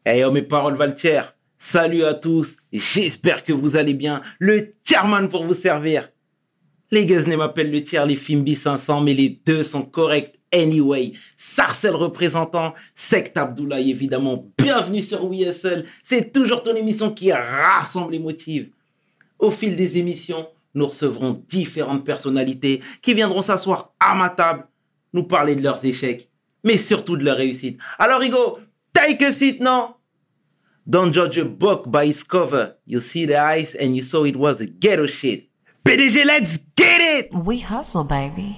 Hey, oh, mes paroles valent cher. Salut à tous, j'espère que vous allez bien. Le Tierman pour vous servir. Les Guesnay m'appellent le tiers, les Fimbi 500, mais les deux sont corrects anyway. Sarcel représentant, Sect Abdoulaye évidemment. Bienvenue sur WSL, c'est toujours ton émission qui rassemble et motive. Au fil des émissions, nous recevrons différentes personnalités qui viendront s'asseoir à ma table, nous parler de leurs échecs, mais surtout de leurs réussites. Alors Hugo, take a seat, non? Don't judge a book by its cover. You see the eyes and you saw it was a ghetto shit. PDG, let's get it! We hustle, baby.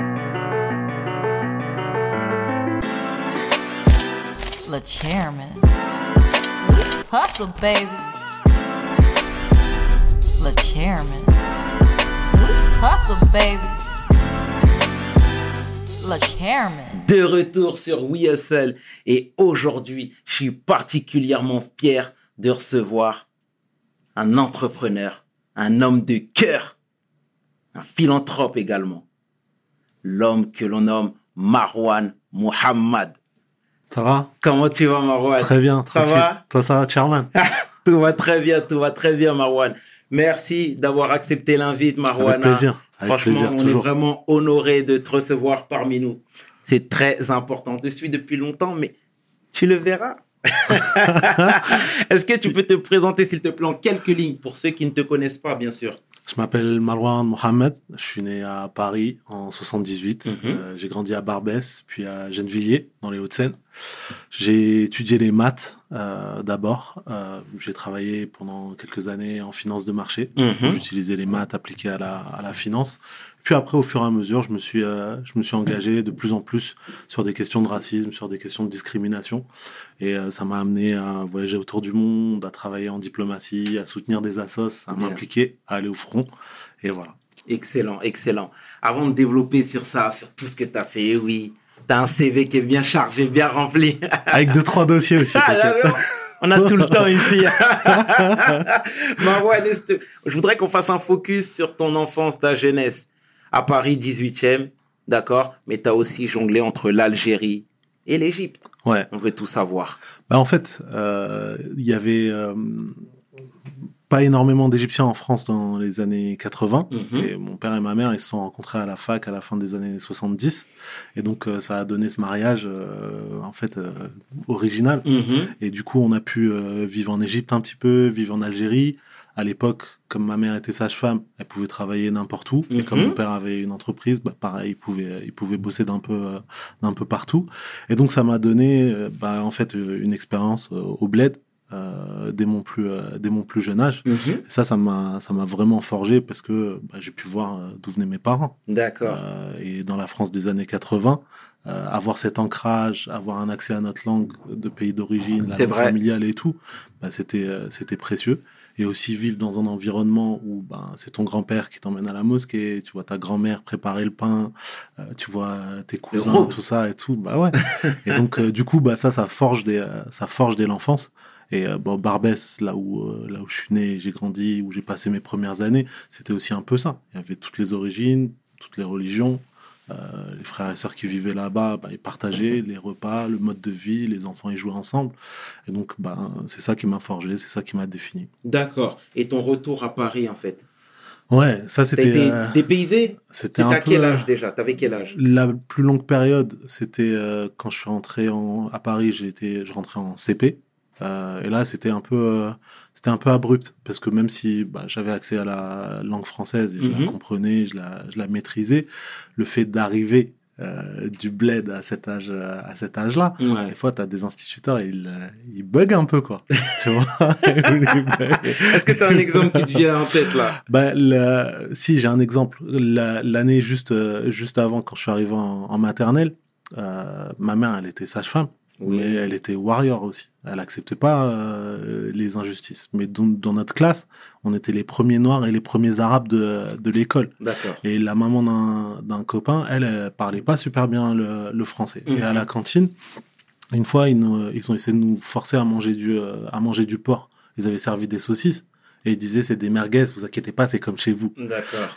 Le chairman. Hustle, baby. Le chairman. Hustle, baby. Le chairman. De retour sur We Hustle et aujourd'hui, je suis particulièrement fier de recevoir un entrepreneur, un homme de cœur, un philanthrope également, l'homme que l'on nomme Marwan Mohamed. Ça va? Comment tu vas, Marwan? Très bien, tranquille. Ça va? Toi, ça va, Chairman? Tout va très bien, Marwan. Merci d'avoir accepté l'invite, Marwan. Avec plaisir. Franchement, on toujours. est vraiment honoré de te recevoir parmi nous. C'est très important. Je te suis depuis longtemps, mais tu le verras. Est-ce que tu peux te présenter, s'il te plaît, en quelques lignes, pour ceux qui ne te connaissent pas, bien sûr? Je m'appelle Marwan Mohamed. Je suis né à Paris en 78. J'ai grandi à Barbès, puis à Gennevilliers, dans les Hauts-de-Seine. J'ai étudié les maths d'abord. J'ai travaillé pendant quelques années en finance de marché. J'utilisais les maths appliquées à la finance. Puis après, au fur et à mesure, je me suis engagé de plus en plus sur des questions de racisme, sur des questions de discrimination. Et ça m'a amené à voyager autour du monde, à travailler en diplomatie, à soutenir des assos, à m'impliquer, à aller au front. Et voilà. Excellent, excellent. Avant de développer sur ça, sur tout ce que tu as fait, oui, tu as un CV qui est bien chargé, bien rempli. Avec 2-3 dossiers aussi. On a tout le temps ici. Marwan, je voudrais qu'on fasse un focus sur ton enfance, ta jeunesse. À Paris, 18e, d'accord, mais tu as aussi jonglé entre l'Algérie et l'Égypte. Ouais. On veut tout savoir. En fait, il y avait pas énormément d'Égyptiens en France dans les années 80. Et mon père et ma mère, ils se sont rencontrés à la fac à la fin des années 70. Et donc, ça a donné ce mariage, original. Et du coup, on a pu vivre en Égypte un petit peu, vivre en Algérie. À l'époque, comme ma mère était sage-femme, elle pouvait travailler n'importe où. Et comme mon père avait une entreprise, pareil, il pouvait bosser d'un peu partout. Et donc, ça m'a donné, une expérience au bled dès mon plus jeune âge. Et ça m'a vraiment forgé parce que j'ai pu voir d'où venaient mes parents. D'accord. Et dans la France des années 80, avoir cet ancrage, avoir un accès à notre langue de pays d'origine, la langue familiale et tout, c'était précieux. Et aussi vivre dans un environnement où c'est ton grand-père qui t'emmène à la mosquée, tu vois ta grand-mère préparer le pain, tu vois tes cousins, tout ça et tout, ouais. Et donc du coup ça forge dès l'enfance. Et Barbès, là où je suis né, j'ai grandi, où j'ai passé mes premières années, c'était aussi un peu ça. Il y avait toutes les origines, toutes les religions. Les frères et sœurs qui vivaient là-bas, ils partageaient les repas, le mode de vie, les enfants ils jouaient ensemble. Et donc, c'est ça qui m'a forgé, c'est ça qui m'a défini. D'accord. Et ton retour à Paris, en fait? Ouais, ça c'était... T'as été dépaysé? C'était un à peu... quel âge déjà? T'avais quel âge? La plus longue période, c'était quand je suis rentré à Paris, je rentrais en CP. Et là, c'était un peu abrupt parce que même si j'avais accès à la langue française et je la comprenais, je la maîtrisais, le fait d'arriver du bled à cet âge-là, des fois, t'as des instituteurs, ils bug un peu, quoi. Tu vois. Est-ce que t'as un exemple qui te vient en tête, là? Si, j'ai un exemple. L'année juste avant, quand je suis arrivé en maternelle, ma mère, elle était sage-femme. Oui. Mais elle était warrior aussi. Elle acceptait pas les injustices. Mais dans notre classe, on était les premiers noirs et les premiers arabes de l'école. D'accord. Et la maman d'un copain, elle parlait pas super bien le français. Et à la cantine, une fois, ils ont essayé de nous forcer à manger du porc. Ils avaient servi des saucisses. Et ils disaient, c'est des merguez, vous inquiétez pas, c'est comme chez vous. D'accord.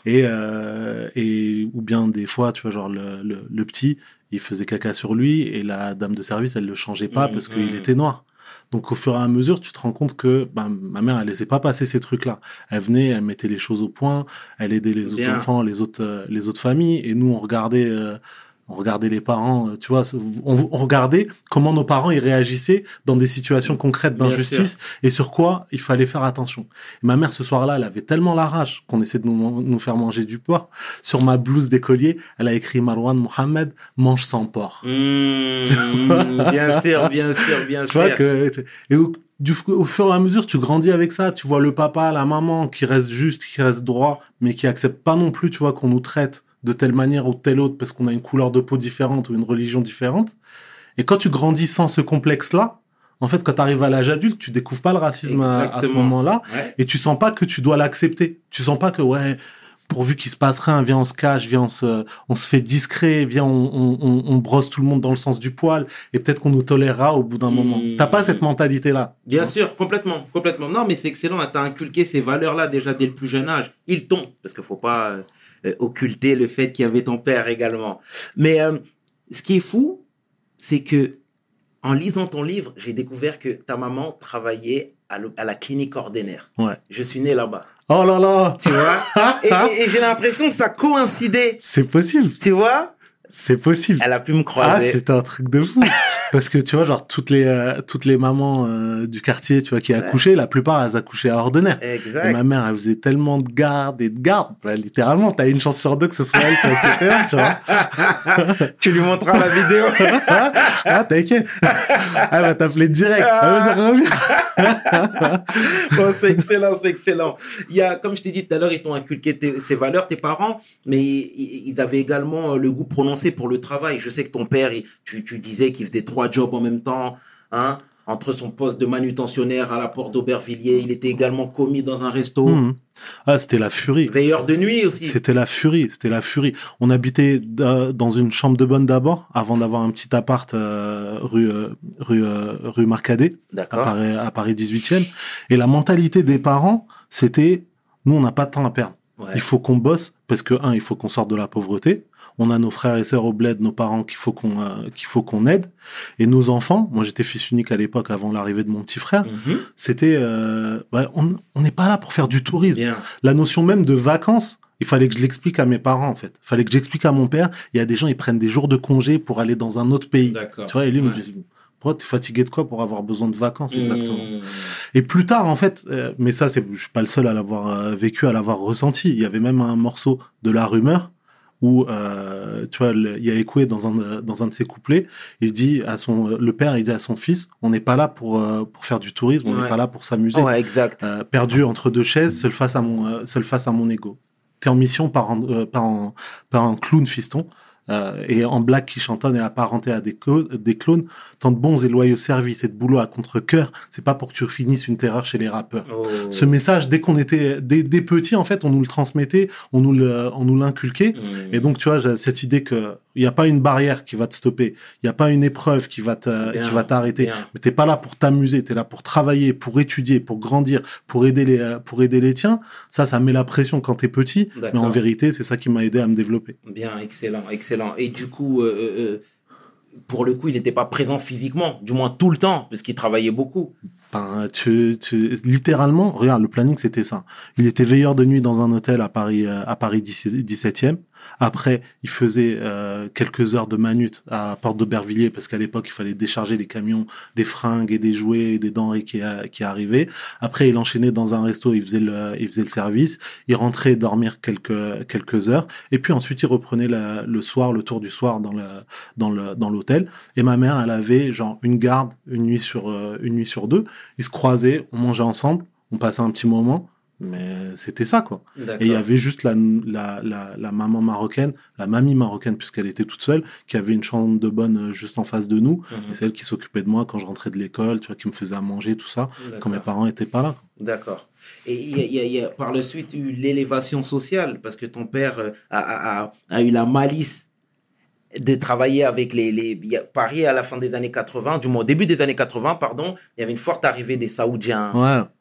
Et ou bien des fois, tu vois, genre le petit, il faisait caca sur lui et la dame de service, elle le changeait pas parce qu'il était noir. Donc, au fur et à mesure, tu te rends compte que ma mère, elle laissait pas passer ces trucs-là. Elle venait, elle mettait les choses au point, elle aidait les autres enfants, les autres familles, et nous, on regardait les parents, tu vois, on regardait comment nos parents ils réagissaient dans des situations concrètes d'injustice et sur quoi il fallait faire attention. Et ma mère, ce soir-là, elle avait tellement la rage qu'on essaie de nous faire manger du porc. Sur ma blouse d'écolier, elle a écrit Marwan Mohamed, mange sans porc. Bien sûr. Tu vois au fur et à mesure, tu grandis avec ça. Tu vois le papa, la maman qui reste juste, qui reste droit, mais qui accepte pas non plus, tu vois, qu'on nous traite de telle manière ou de telle autre parce qu'on a une couleur de peau différente ou une religion différente. Et quand tu grandis sans ce complexe-là, en fait, quand tu arrives à l'âge adulte, tu découvres pas le racisme à ce moment-là, et tu sens pas que tu dois l'accepter. Tu sens pas que, pourvu qu'il se passe rien, viens, on se cache, viens, on se fait discret, viens, on brosse tout le monde dans le sens du poil, et peut-être qu'on nous tolérera au bout d'un moment. T'as pas cette mentalité-là. Bien sûr, complètement. Non, mais c'est excellent. T'as inculqué ces valeurs-là déjà dès le plus jeune âge. Ils t'ont, parce qu'il faut pas occulter le fait qu'il y avait ton père également. Mais ce qui est fou, c'est que en lisant ton livre, j'ai découvert que ta maman travaillait à la clinique ordinaire. Ouais. Je suis né là-bas. Oh là là. Tu vois. et j'ai l'impression que ça coïncidait. C'est possible. Tu vois. C'est possible. Elle a pu me croiser. Ah, c'était un truc de fou. Parce que tu vois, genre toutes les mamans du quartier, tu vois, qui accouchaient, la plupart elles accouchaient à ordinaire. Exact. Et ma mère, elle faisait tellement de garde et de garde. Littéralement, t'as une chance sur deux que ce soit elle qui a été faire, tu vois. Tu lui montreras la vidéo. Ah, t'inquiète. Elle va t'appeler direct. Bon, c'est excellent. Il y a, comme je t'ai dit tout à l'heure, ils t'ont inculqué ces valeurs, tes parents, mais ils avaient également le goût prononcé pour le travail. Je sais que ton père, tu disais qu'il faisait 3 jobs en même temps, hein, entre son poste de manutentionnaire à la porte d'Aubervilliers, il était également commis dans un resto. Ah, c'était la furie. Veilleur de nuit aussi. C'était la furie. On habitait dans une chambre de bonne d'abord, avant d'avoir un petit appart rue Marcadet, à Paris 18e. Et la mentalité des parents, c'était, nous, on n'a pas de temps à perdre. Ouais. Il faut qu'on bosse parce que il faut qu'on sorte de la pauvreté. On a nos frères et sœurs au bled, nos parents qu'il faut qu'on aide, et nos enfants. Moi, j'étais fils unique à l'époque avant l'arrivée de mon petit frère. C'était, on n'est pas là pour faire du tourisme. Bien. La notion même de vacances, il fallait que je l'explique à mes parents en fait. Il fallait que j'explique à mon père. Il y a des gens, ils prennent des jours de congé pour aller dans un autre pays. D'accord. Tu vois, et lui me dit, pourquoi t'es fatigué de quoi pour avoir besoin de vacances exactement. Et plus tard en fait, mais ça je suis pas le seul à l'avoir vécu, à l'avoir ressenti. Il y avait même un morceau de La Rumeur où tu vois, il y a Ekoué dans un de ses couplets, il dit le père, il dit à son fils, on n'est pas là pour faire du tourisme, on n'est pas là pour s'amuser. Ouais, exact. Perdu entre deux chaises, seul face à mon ego. T'es en mission par un clown fiston. Et en blague qui chantonne et apparenté à des clones, tant de bons et loyaux services et de boulot à contre-cœur, c'est pas pour que tu finisses une terreur chez les rappeurs. Ce message, dès qu'on était des petits, en fait, on nous le transmettait, on nous l'inculquait. Et donc, tu vois, j'ai cette idée que il y a pas une barrière qui va te stopper, il y a pas une épreuve qui va t'arrêter. Bien. Mais t'es pas là pour t'amuser, t'es là pour travailler, pour étudier, pour grandir, pour aider les tiens. Ça met la pression quand t'es petit. D'accord. Mais en vérité, c'est ça qui m'a aidé à me développer. Bien, excellent. Et du coup, pour le coup, il n'était pas présent physiquement, du moins tout le temps, parce qu'il travaillait beaucoup. Littéralement, regarde, le planning, c'était ça. Il était veilleur de nuit dans un hôtel à Paris 17e. Après, il faisait quelques heures de manute à Porte d'Aubervilliers parce qu'à l'époque, il fallait décharger les camions des fringues et des jouets et des denrées qui arrivaient. Après, il enchaînait dans un resto, il faisait le service. Il rentrait dormir quelques heures. Et puis ensuite, il reprenait le soir, le tour du soir dans l'hôtel. Et ma mère, elle avait genre une garde, une nuit sur deux. Ils se croisaient, on mangeait ensemble, on passait un petit moment. Mais c'était ça, quoi. D'accord. Et il y avait juste la maman marocaine, la mamie marocaine, puisqu'elle était toute seule, qui avait une chambre de bonne juste en face de nous. Et c'est elle qui s'occupait de moi quand je rentrais de l'école, tu vois, qui me faisait à manger, tout ça, quand mes parents étaient pas là. D'accord. Et il y a par la suite eu l'élévation sociale, parce que ton père a eu la malice de travailler avec Paris à la fin des années 80, du moins au début des années 80, pardon, il y avait une forte arrivée des Saoudiens. Ouais.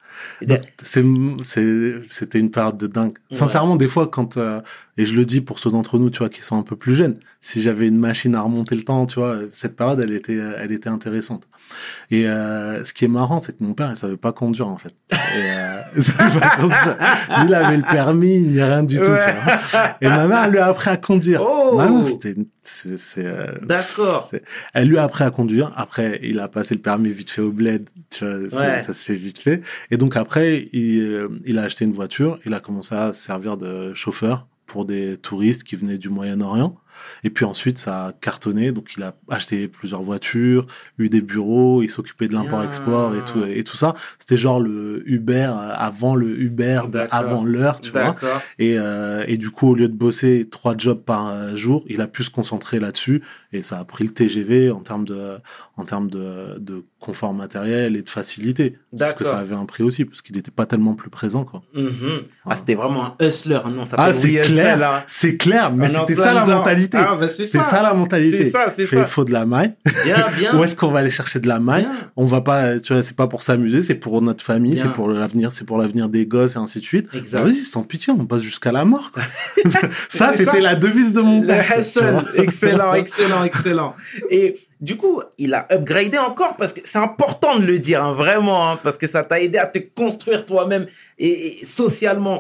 C'était une période de dingue. Ouais. Sincèrement, des fois, quand et je le dis pour ceux d'entre nous, tu vois, qui sont un peu plus jeunes, si j'avais une machine à remonter le temps, tu vois, cette période, elle était intéressante. Et ce qui est marrant, c'est que mon père, il savait pas conduire en fait. Il savait pas conduire. Il avait le permis, ni rien du tout. Tu vois. Et ma mère, elle lui a appris à conduire. Oh. Ma mère, D'accord. Elle lui a appris à conduire. Après, il a passé le permis vite fait au bled. Tu vois, ça se fait vite fait. Et donc après, il a acheté une voiture. Il a commencé à servir de chauffeur pour des touristes qui venaient du Moyen-Orient. Et puis ensuite, ça a cartonné. Donc, il a acheté plusieurs voitures, eu des bureaux, il s'occupait de l'import-export et tout ça. C'était genre le Uber avant le Uber avant l'heure, tu vois. Et du coup, au lieu de bosser 3 jobs par jour, il a pu se concentrer là-dessus. Et ça a pris le TGV en termes de confort matériel et de facilité. Sauf que ça avait un prix aussi, parce qu'il n'était pas tellement plus présent, quoi. C'était vraiment un hustler, non? Ça c'est clair, là. C'est clair, mais c'était ça la mentalité. C'est ça la mentalité. Il faut de la maille. Bien. Où est-ce qu'on va aller chercher de la maille? On va pas, tu vois, c'est pas pour s'amuser, c'est pour notre famille, c'est pour l'avenir des gosses et ainsi de suite. Vas-y, sans pitié, on passe jusqu'à la mort, quoi. C'était la devise de mon père. Excellent. Et du coup, il a upgradé encore parce que c'est important de le dire, hein, vraiment, hein, parce que ça t'a aidé à te construire toi-même et socialement.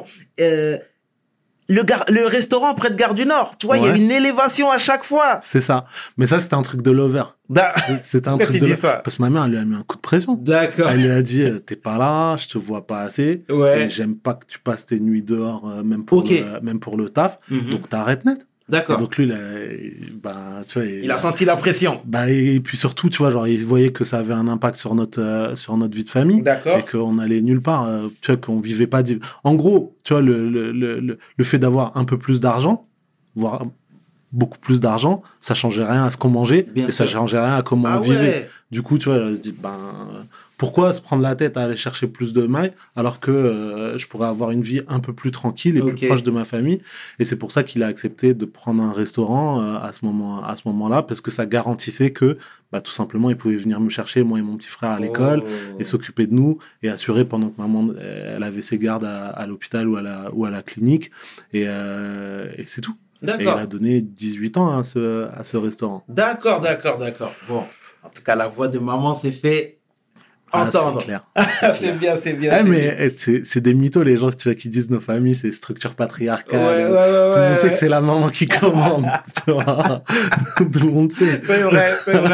Le restaurant près de Gare du Nord, tu vois, il y a une élévation à chaque fois. C'est ça. Mais ça, c'était un truc de lover. C'était un truc de lover. Parce que ma mère, elle lui a mis un coup de pression. D'accord. Elle lui a dit, t'es pas là, je te vois pas assez. Et j'aime pas que tu passes tes nuits dehors, même pour le taf. Donc, t'arrêtes net. D'accord. Et donc lui, tu vois, il a senti la pression. Et puis surtout, tu vois, genre il voyait que ça avait un impact sur notre vie de famille. D'accord. Et qu'on allait nulle part. Tu vois, qu'on vivait pas. En gros, tu vois, le fait d'avoir un peu plus d'argent, voire beaucoup plus d'argent, ça changeait rien à ce qu'on mangeait ça changeait rien à comment on vivait. Du coup, tu vois, elle se dit, pourquoi se prendre la tête à aller chercher plus de mailles alors que je pourrais avoir une vie un peu plus tranquille et plus proche de ma famille. Et c'est pour ça qu'il a accepté de prendre un restaurant à ce moment-là, parce que ça garantissait que tout simplement il pouvait venir me chercher, moi et mon petit frère, à l'école et s'occuper de nous et assurer pendant que maman elle avait ses gardes à l'hôpital ou à la clinique et c'est tout. D'accord. Et il a donné 18 ans à ce restaurant. D'accord. Bon, en tout cas, la voix de maman s'est fait entendre. C'est clair. C'est bien. Mais c'est des mythos, les gens, tu vois, qui disent nos familles, c'est structure patriarcale. Tout le monde sait que c'est la maman qui commande. Tu vois. Tout le monde sait. C'est vrai.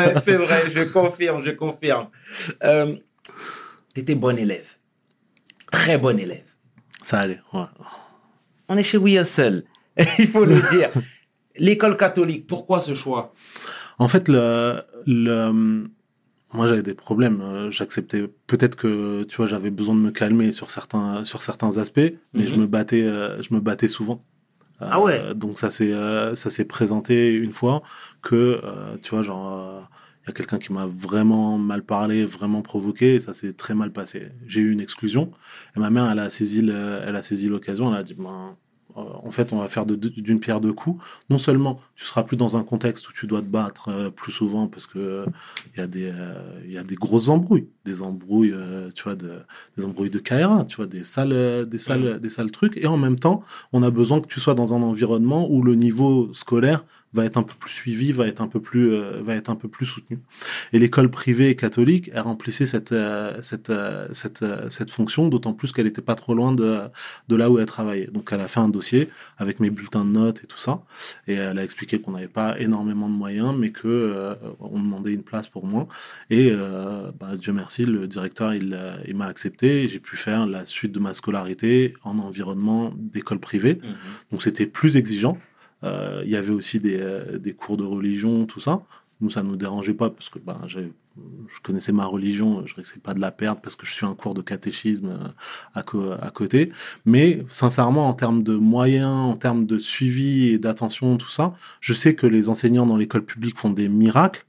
Je confirme. T'étais bon élève. Très bon élève. Ça allait, ouais. On est chez We Hustle. Il faut le dire. L'école catholique, pourquoi ce choix? En fait, moi, j'avais des problèmes. J'acceptais peut-être que, tu vois, j'avais besoin de me calmer sur certains aspects, mais je me battais souvent. Donc ça s'est présenté une fois que, tu vois, genre, il y a quelqu'un qui m'a vraiment mal parlé, vraiment provoqué, et ça s'est très mal passé. J'ai eu une exclusion, et ma mère, elle a saisi l'occasion, elle a dit, en fait, on va faire d'une pierre deux coups. Non seulement tu seras plus dans un contexte où tu dois te battre plus souvent parce que il y a des grosses embrouilles, tu vois, des embrouilles de Kaira, tu vois, des sales trucs. Et en même temps, on a besoin que tu sois dans un environnement où le niveau scolaire va être un peu plus suivi, va être un peu plus soutenu. Et l'école privée catholique, elle remplissait cette fonction, d'autant plus qu'elle était pas trop loin de là où elle travaillait. Donc elle a fait un dossier avec mes bulletins de notes et tout ça, et elle a expliqué qu'on n'avait pas énormément de moyens, mais que on demandait une place pour moi. Et Dieu merci, le directeur il m'a accepté, et j'ai pu faire la suite de ma scolarité en environnement d'école privée. Donc c'était plus exigeant. Il y avait aussi des cours de religion, tout ça. Nous, ça nous dérangeait pas parce que je connaissais ma religion, je risquais pas de la perdre parce que je suis un cours de catéchisme à côté. Mais sincèrement, en termes de moyens, en termes de suivi et d'attention, tout ça, je sais que les enseignants dans l'école publique font des miracles,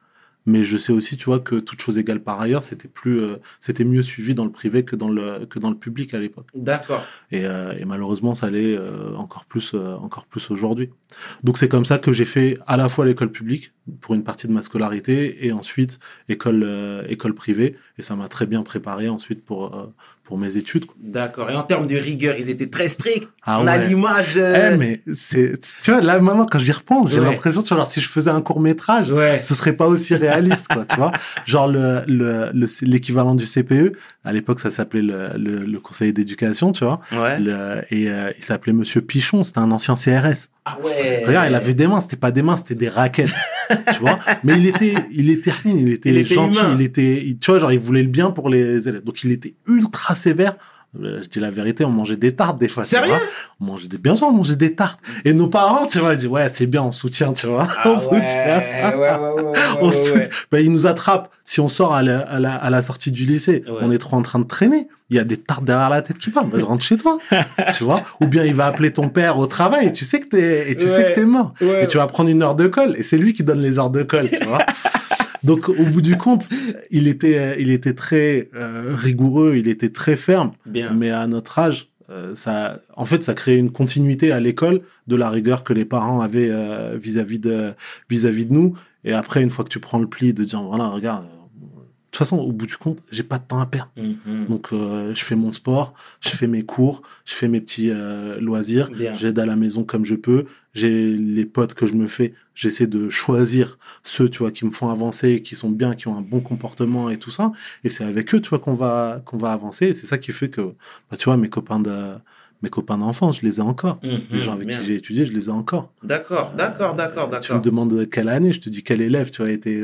Mais je sais aussi, tu vois, que toute chose égale par ailleurs, c'était mieux suivi dans le privé que dans le public à l'époque. D'accord. Et malheureusement, ça l'est encore plus aujourd'hui. Donc c'est comme ça que j'ai fait à la fois l'école publique pour une partie de ma scolarité et ensuite école privée. Et ça m'a très bien préparé ensuite pour mes études. D'accord. Et en termes de rigueur, ils étaient très stricts. On a l'image. Mais tu vois, là maintenant quand j'y repense, j'ai l'impression, tu vois, alors si je faisais un court-métrage, ce serait pas aussi réaliste, quoi, tu vois. Genre l'équivalent du CPE, à l'époque ça s'appelait le conseiller d'éducation, tu vois. Il s'appelait Monsieur Pichon, c'était un ancien CRS. Ah ouais. Regarde, il avait des mains, c'était pas des mains, c'était des raquettes. Tu vois, mais il était rien, il était gentil, tu vois, genre il voulait le bien pour les élèves. Donc il était ultra sévère. Je dis la vérité, on mangeait des tartes des fois. Sérieux? Bien sûr, on mangeait des tartes. Et nos parents, tu vois, ils disent ouais, c'est bien, on soutient, tu vois. On soutient. Ouais. Ils nous attrapent. Si on sort à la sortie du lycée, on est trop en train de traîner. Il y a des tartes derrière la tête qui parlent. Vas-y, rentre chez toi. Tu vois? Ou bien il va appeler ton père au travail et tu sais que t'es mort. Ouais. Et tu vas prendre une heure de colle et c'est lui qui donne les heures de colle, tu vois. Donc, au bout du compte, il était très rigoureux, il était très ferme. Bien. Mais à notre âge, ça créait une continuité à l'école de la rigueur que les parents avaient vis-à-vis de nous. Et après, une fois que tu prends le pli de dire, voilà, regarde, de toute façon, au bout du compte, j'ai pas de temps à perdre. Mm-hmm. Donc, je fais mon sport, je fais mes cours, je fais mes petits loisirs, j'aide à la maison comme je peux. J'ai les potes que je me fais, j'essaie de choisir ceux, tu vois, qui me font avancer, qui sont bien, qui ont un bon comportement et tout ça. Et c'est avec eux, tu vois, qu'on va avancer. Et c'est ça qui fait que, tu vois, mes copains d'enfance, je les ai encore. Les gens avec qui j'ai étudié, je les ai encore. D'accord. Tu me demandes quelle année, je te dis quel élève, tu vois, était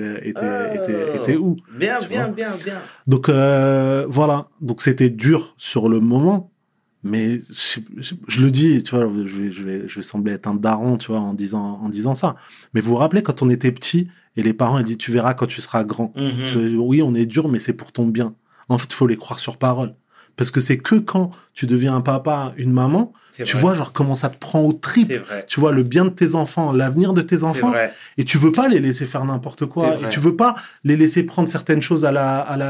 où. Bien. Donc, voilà. Donc, c'était dur sur le moment. Mais je le dis, tu vois, je vais sembler être un daron, tu vois, en disant ça. Mais vous vous rappelez quand on était petit et les parents ils disent tu verras quand tu seras grand. Oui, on est dur, mais c'est pour ton bien. En fait, il faut les croire sur parole. Parce que c'est que quand tu deviens un papa, une maman, tu vois genre comment ça te prend au tripes. Tu vois le bien de tes enfants, l'avenir de tes enfants, et tu veux pas les laisser faire n'importe quoi, et tu veux pas les laisser prendre certaines choses à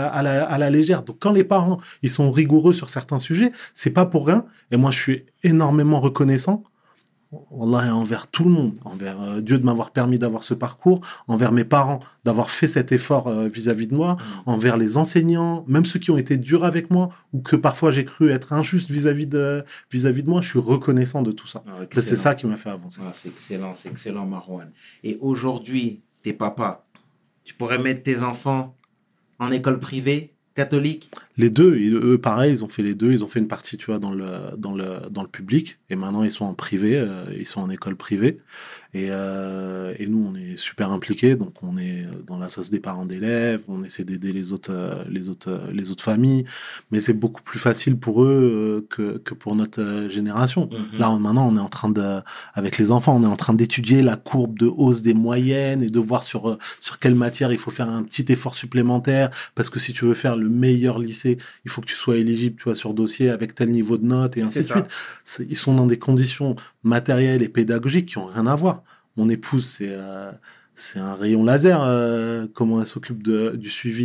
la légère. Donc quand les parents ils sont rigoureux sur certains sujets, c'est pas pour rien. Et moi je suis énormément reconnaissant. Wallah, envers tout le monde, envers Dieu de m'avoir permis d'avoir ce parcours, envers mes parents d'avoir fait cet effort vis-à-vis de moi, envers les enseignants, même ceux qui ont été durs avec moi ou que parfois j'ai cru être injuste vis-à-vis de moi, je suis reconnaissant de tout ça. C'est ça qui m'a fait avancer. C'est excellent Marouane. Et aujourd'hui, t'es papa, tu pourrais mettre tes enfants en école privée, catholique? Les deux, eux pareil, ils ont fait les deux, ils ont fait une partie, tu vois, dans le public, et maintenant ils sont en privé, ils sont en école privée, et nous on est super impliqués, donc on est dans l'association des parents d'élèves, on essaie d'aider les autres familles, mais c'est beaucoup plus facile pour eux que pour notre génération. Là maintenant on est en train avec les enfants, on est en train d'étudier la courbe de hausse des moyennes et de voir sur quelle matière il faut faire un petit effort supplémentaire, parce que si tu veux faire le meilleur lycée, il faut que tu sois éligible, tu vois, sur dossier avec tel niveau de notes et ainsi de suite. Ils sont dans des conditions matérielles et pédagogiques qui ont rien à voir. Mon épouse, c'est un rayon laser. Comment elle s'occupe du suivi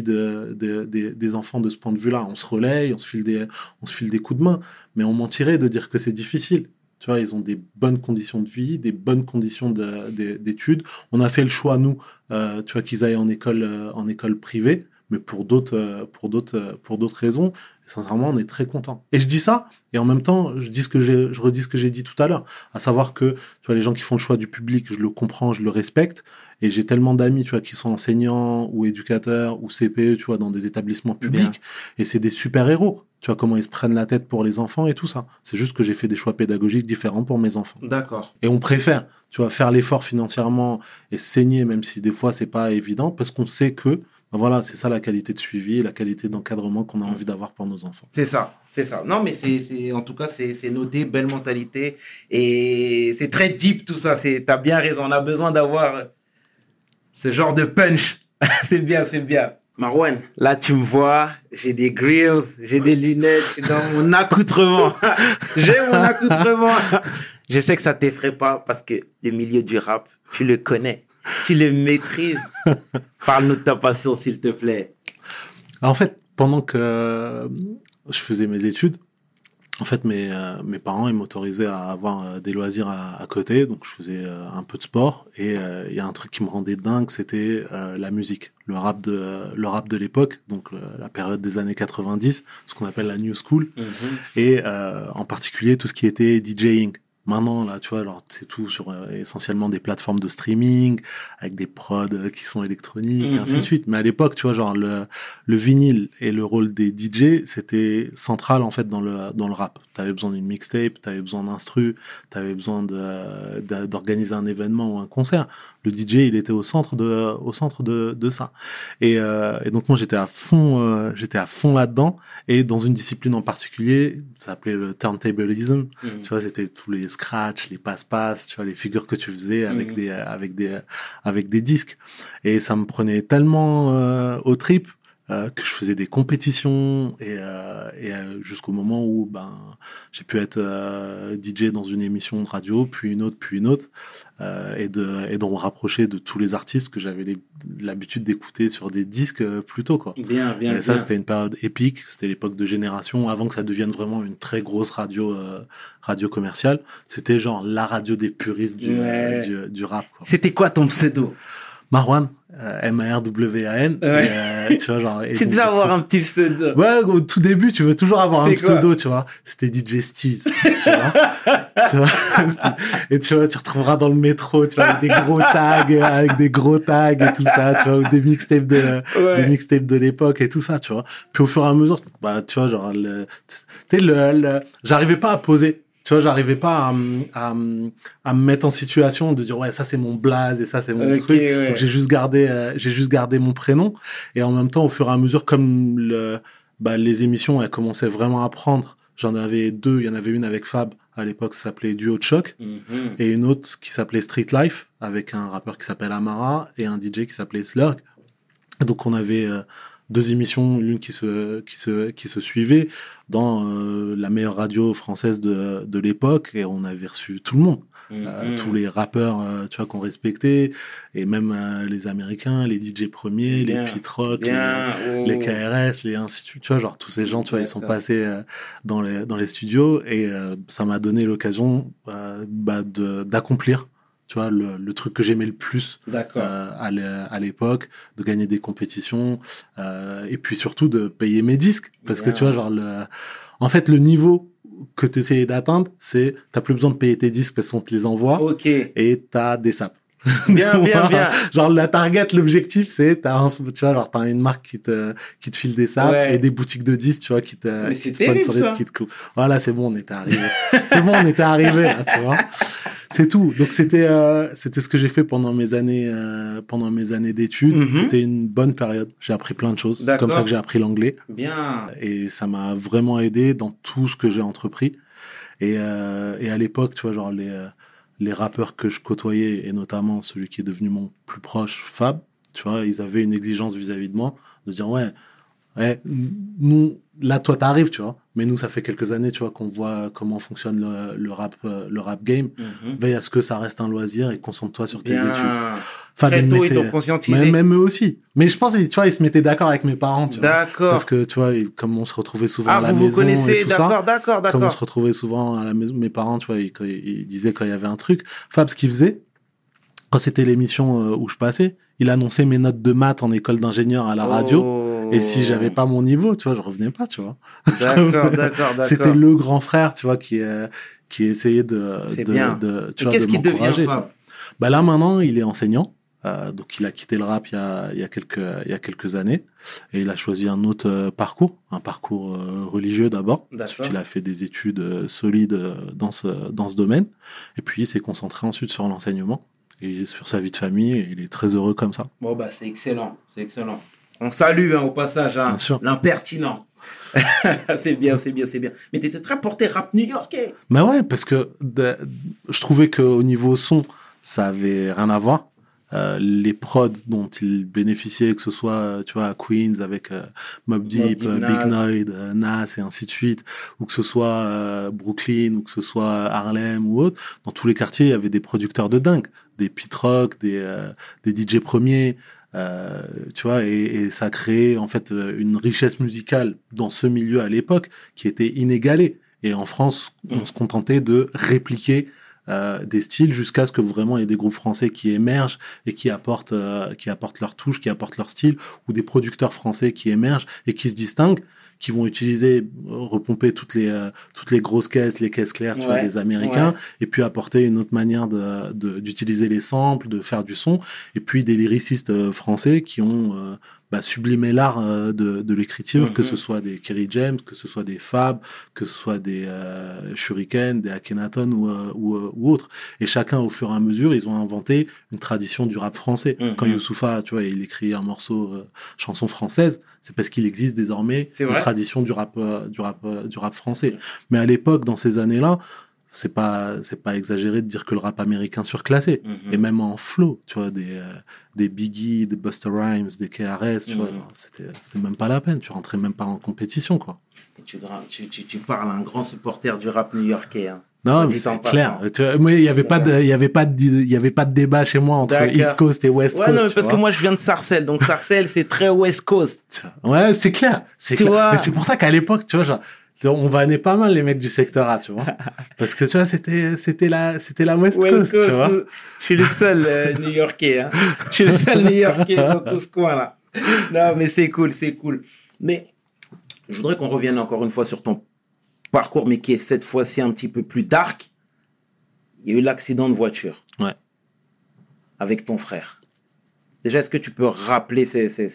des enfants de ce point de vue-là. On se relaye, on se file des coups de main, mais on mentirait de dire que c'est difficile. Tu vois, ils ont des bonnes conditions de vie, des bonnes conditions d'études. On a fait le choix, nous, tu vois, qu'ils aillent en école privée. Mais pour d'autres raisons, sincèrement, on est très contents. Et je dis ça, et en même temps, je redis ce que j'ai dit tout à l'heure, à savoir que, tu vois, les gens qui font le choix du public, je le comprends, je le respecte, et j'ai tellement d'amis, tu vois, qui sont enseignants, ou éducateurs, ou CPE, tu vois, dans des établissements publics, et c'est des super-héros. Tu vois, comment ils se prennent la tête pour les enfants et tout ça. C'est juste que j'ai fait des choix pédagogiques différents pour mes enfants. D'accord. Et on préfère, tu vois, faire l'effort financièrement et saigner, même si des fois c'est pas évident, parce qu'on sait que, voilà, c'est ça la qualité de suivi, la qualité d'encadrement qu'on a envie d'avoir pour nos enfants. C'est ça. Non, mais en tout cas, c'est noté, belle mentalité. Et c'est très deep tout ça. T'as bien raison. On a besoin d'avoir ce genre de punch. C'est bien. Marouane, là, tu me vois, j'ai des grills, j'ai des lunettes, j'ai dans mon accoutrement. J'ai mon accoutrement. Je sais que ça t'effraie pas parce que le milieu du rap, tu le connais. Tu les maîtrises. Parle-nous de ta passion, s'il te plaît. En fait, pendant que je faisais mes études, en fait, mes parents, ils m'autorisaient à avoir des loisirs à côté. Donc, je faisais un peu de sport. Et il y a un truc qui me rendait dingue, c'était la musique. Le rap de l'époque, donc la période des années 90, ce qu'on appelle la New School. Mm-hmm. Et en particulier, tout ce qui était DJing. Maintenant, là, tu vois, alors, c'est tout sur essentiellement des plateformes de streaming, avec des prods qui sont électroniques, et ainsi de suite. Mais à l'époque, tu vois, genre, le vinyle et le rôle des DJ, c'était central, en fait, dans le rap. T'avais besoin d'une mixtape, t'avais besoin d'instru, t'avais besoin d'organiser un événement ou un concert. Le DJ, il était au centre de ça. Et donc, moi, j'étais à fond là-dedans. Et dans une discipline en particulier, ça s'appelait le turntablism. Tu vois, c'était tous les scratch, les passe-passe, tu vois, les figures que tu faisais avec des disques. Et ça me prenait tellement aux tripes que je faisais des compétitions et jusqu'au moment où j'ai pu être DJ dans une émission de radio, puis une autre, et d'en me rapprocher de tous les artistes que j'avais l'habitude d'écouter sur des disques plus tôt, quoi. Bien. Ça, c'était une période épique. C'était l'époque de Génération, avant que ça devienne vraiment une très grosse radio commerciale. C'était genre la radio des puristes du rap, quoi. C'était quoi ton pseudo? Marwan, M-A-R-W-A-N. Ouais. Tu vois, genre, tu devais avoir un petit pseudo. Ouais, au tout début, tu veux toujours avoir un pseudo, tu vois. C'était DJ Steez, tu vois. Et tu vois, tu retrouveras dans le métro, tu vois, avec des gros tags et tout ça, tu vois, ou des mixtapes de l'époque et tout ça, tu vois. Puis au fur et à mesure, tu vois, genre, j'arrivais pas à poser. Tu vois, j'arrivais pas à me mettre en situation de dire, ouais, ça c'est mon blaze et ça c'est mon truc. Ouais. Donc j'ai juste gardé mon prénom. Et en même temps, au fur et à mesure, comme les émissions, elles commençaient vraiment à prendre. J'en avais deux. Il y en avait une avec Fab. À l'époque, ça s'appelait Duo de Choc. Mm-hmm. Et une autre qui s'appelait Street Life, avec un rappeur qui s'appelle Amara et un DJ qui s'appelait Slurg. Donc on avait deux émissions, l'une qui se suivait dans la meilleure radio française de l'époque, et on avait reçu tout le monde, tous les rappeurs, tu vois, qu'on respectait, et même les Américains, les DJ premiers, les Pete Rock, les KRS, les instituts, tu vois, genre tous ces gens, tu vois, ils sont passés dans les studios, et ça m'a donné l'occasion d'accomplir, tu vois, le truc que j'aimais le plus à l'époque, de gagner des compétitions, et puis surtout de payer mes disques, parce que tu vois, genre en fait, le niveau que tu essayais d'atteindre, c'est t'as plus besoin de payer tes disques parce qu'on te les envoie, et t'as des sapes. Bien. Genre la target, l'objectif, c'est t'as une marque qui te file des sapes, et des boutiques de disques, tu vois, qui te sponsorisent, qui te coupent. Voilà, c'est bon, on était arrivé. Là, tu vois. C'est tout. Donc c'était ce que j'ai fait pendant mes années d'études. Mm-hmm. C'était une bonne période. J'ai appris plein de choses. C'est comme ça que j'ai appris l'anglais. Bien. Et ça m'a vraiment aidé dans tout ce que j'ai entrepris. Et à l'époque, tu vois, genre les rappeurs que je côtoyais, et notamment celui qui est devenu mon plus proche, Fab, tu vois, ils avaient une exigence vis-à-vis de moi, de dire ouais, nous, là, toi, t'arrives, tu vois. Mais nous, ça fait quelques années, tu vois, qu'on voit comment fonctionne le rap game. Mm-hmm. Veille à ce que ça reste un loisir et concentre-toi sur tes études. Très tôt, ils t'ont conscientisé. Même eux aussi. Mais je pense, tu vois, ils se mettaient d'accord avec mes parents, tu vois. D'accord. Parce que, tu vois, comme on se retrouvait souvent à la maison. Ah, vous connaissez, d'accord. Comme on se retrouvait souvent à la maison, mes parents, tu vois, ils disaient quand il y avait un truc. Fab, ce qu'il faisait, quand c'était l'émission où je passais, il annonçait mes notes de maths en école d'ingénieur à la radio. Et si j'avais pas mon niveau, tu vois, je revenais pas, tu vois. D'accord. C'était le grand frère, tu vois, qui essayait de qu'est-ce qu'il devient, Fab ? Là, maintenant, il est enseignant. Donc, il a quitté le rap il y a quelques années. Et il a choisi un autre parcours, un parcours religieux d'abord. Parce qu'il a fait des études solides dans ce domaine. Et puis, il s'est concentré ensuite sur l'enseignement. Et sur sa vie de famille, et il est très heureux comme ça. Bon, c'est excellent. On salue au passage l'impertinent. C'est bien. Mais t'étais très porté rap new-yorkais. Ouais, parce que je trouvais qu'au niveau son, ça avait rien à voir. les prods dont il bénéficiait, que ce soit, tu vois, à Queens avec Mobb Deep, Big Noyd, Nas et ainsi de suite, ou que ce soit Brooklyn, ou que ce soit Harlem ou autre, dans tous les quartiers, il y avait des producteurs de dingue, des Pete Rock, des DJ premiers, tu vois, et ça a créé en fait une richesse musicale dans ce milieu à l'époque qui était inégalée. Et en France, on se contentait de répliquer des styles jusqu'à ce que vraiment il y ait des groupes français qui émergent et qui apportent leur touche, qui apportent leur style, ou des producteurs français qui émergent et qui se distinguent, qui vont utiliser, repomper toutes les grosses caisses, les caisses claires, tu vois, des Américains, et puis apporter une autre manière d'utiliser les samples, de faire du son, et puis des lyricistes français qui ont sublimé l'art de l'écriture, que ce soit des Kerry James, que ce soit des Fab, que ce soit des Shuriken, des Akhenaton ou autres. Et chacun, au fur et à mesure, ils ont inventé une tradition du rap français. Quand Youssoupha, tu vois, il écrit un morceau chanson française, c'est parce qu'il existe désormais une tradition du rap français. Mais à l'époque, dans ces années-là, c'est pas exagéré de dire que le rap américain surclassé, et même en flow, tu vois, des Biggie, des Busta Rhymes, des KRS, tu vois, c'était même pas la peine, tu rentrais même pas en compétition, quoi. Et tu parles à un grand supporter du rap new-yorkais, hein. Non, mais c'est clair. Tu vois, moi, il y avait pas de débat chez moi entre East Coast et West Coast. Non, mais parce que moi, je viens de Sarcelles. Donc, Sarcelles, c'est très West Coast. Ouais, c'est clair. C'est clair. Mais c'est pour ça qu'à l'époque, tu vois, genre, on vannait pas mal les mecs du secteur A, tu vois. Parce que, tu vois, c'était la West Coast, tu vois. Je suis le seul New-Yorkais, hein. Je suis le seul New-Yorkais dans tout ce coin-là. Non, mais c'est cool. Mais, je voudrais qu'on revienne encore une fois sur ton parcours, mais qui est cette fois-ci un petit peu plus dark. Il y a eu l'accident de voiture. Ouais. Avec ton frère. Déjà, est-ce que tu peux rappeler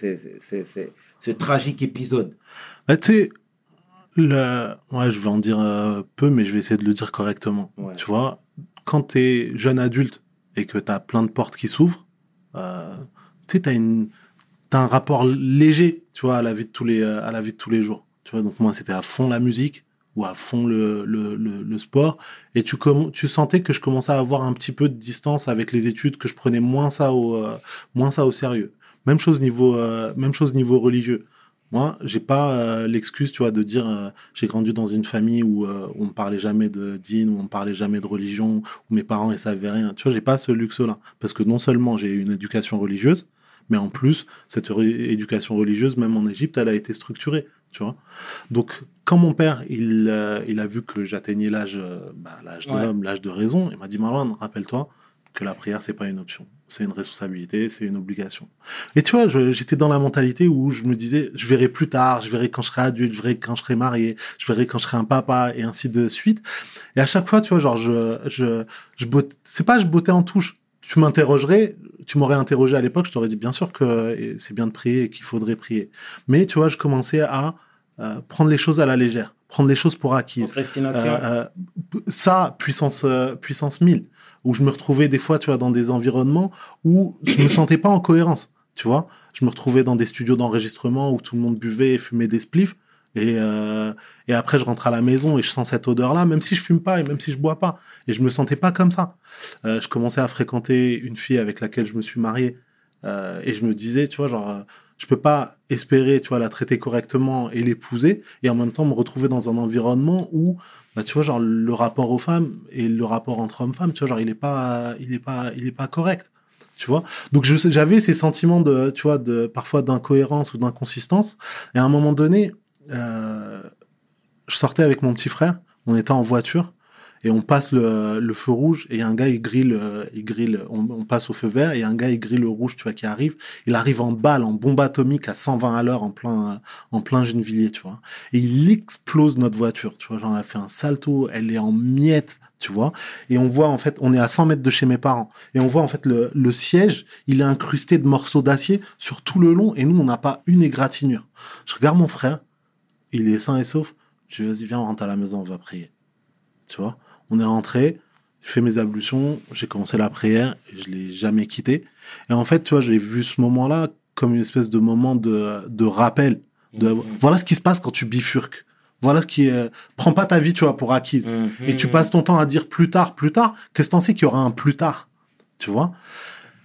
ce tragique épisode? Tu sais, je vais en dire peu, mais je vais essayer de le dire correctement. Ouais. Tu vois, quand t'es jeune adulte et que t'as plein de portes qui s'ouvrent, tu sais, t'as un rapport léger, tu vois, à la vie de tous les jours. Tu vois, donc moi, c'était à fond la musique ou à fond le sport, et tu sentais que je commençais à avoir un petit peu de distance avec les études, que je prenais moins ça au sérieux. Même chose niveau religieux. Moi, j'ai pas l'excuse, tu vois, de dire j'ai grandi dans une famille où on me parlait jamais de dîn, où on me parlait jamais de religion, où mes parents ils savaient rien. Tu vois, j'ai pas ce luxe-là, parce que non seulement j'ai eu une éducation religieuse, mais en plus cette éducation religieuse, même en Égypte, elle a été structurée, tu vois. Donc quand mon père il a vu que j'atteignais l'âge d'homme, l'âge de raison, il m'a dit: Marwan, rappelle-toi que la prière c'est pas une option, c'est une responsabilité, c'est une obligation. Et tu vois, j'étais dans la mentalité où je me disais, je verrai plus tard, je verrai quand je serai adulte, je verrai quand je serai marié, je verrai quand je serai un papa, et ainsi de suite. Et à chaque fois, tu vois, genre c'est pas je bottais en touche. Tu m'aurais interrogé à l'époque, je t'aurais dit bien sûr que c'est bien de prier et qu'il faudrait prier. Mais tu vois, je commençais à prendre les choses à la légère, prendre les choses pour acquises. Ça, puissance 1000. Où je me retrouvais des fois, tu vois, dans des environnements où je me sentais pas en cohérence, tu vois. Je me retrouvais dans des studios d'enregistrement où tout le monde buvait et fumait des spliffs, et après je rentre à la maison et je sens cette odeur-là, même si je fume pas et même si je bois pas, et je me sentais pas comme ça. Je commençais à fréquenter une fille avec laquelle je me suis marié, et je me disais, tu vois, genre, je peux pas espérer, tu vois, la traiter correctement et l'épouser, et en même temps me retrouver dans un environnement où, tu vois, genre, le rapport aux femmes et le rapport entre hommes-femmes, tu vois, genre, il est pas correct, tu vois. Donc, j'avais ces sentiments tu vois, parfois d'incohérence ou d'inconsistance. Et à un moment donné, je sortais avec mon petit frère, on était en voiture, et on passe le feu rouge, et un gars, il grille, on passe au feu vert, et un gars, il grille le rouge, tu vois, qui arrive. Il arrive en balle, en bombe atomique à 120 à l'heure, en plein Gennevilliers, tu vois. Et il explose notre voiture, tu vois. Genre, elle fait un salto, elle est en miettes, tu vois. Et on voit, en fait, on est à 100 mètres de chez mes parents. Et on voit, en fait, le siège, il est incrusté de morceaux d'acier sur tout le long, et nous, on n'a pas une égratignure. Je regarde mon frère, il est sain et sauf. Je dis, vas-y, viens, on rentre à la maison, on va prier. Tu vois. On est rentré, j'ai fait mes ablutions, j'ai commencé la prière, et je l'ai jamais quitté. Et en fait, tu vois, j'ai vu ce moment-là comme une espèce de moment de rappel. Voilà ce qui se passe quand tu bifurques. Voilà ce qui est... Prends pas ta vie, tu vois, pour acquise. Et tu passes ton temps à dire plus tard. Qu'est-ce que t'en sais qu'il y aura un plus tard? Tu vois?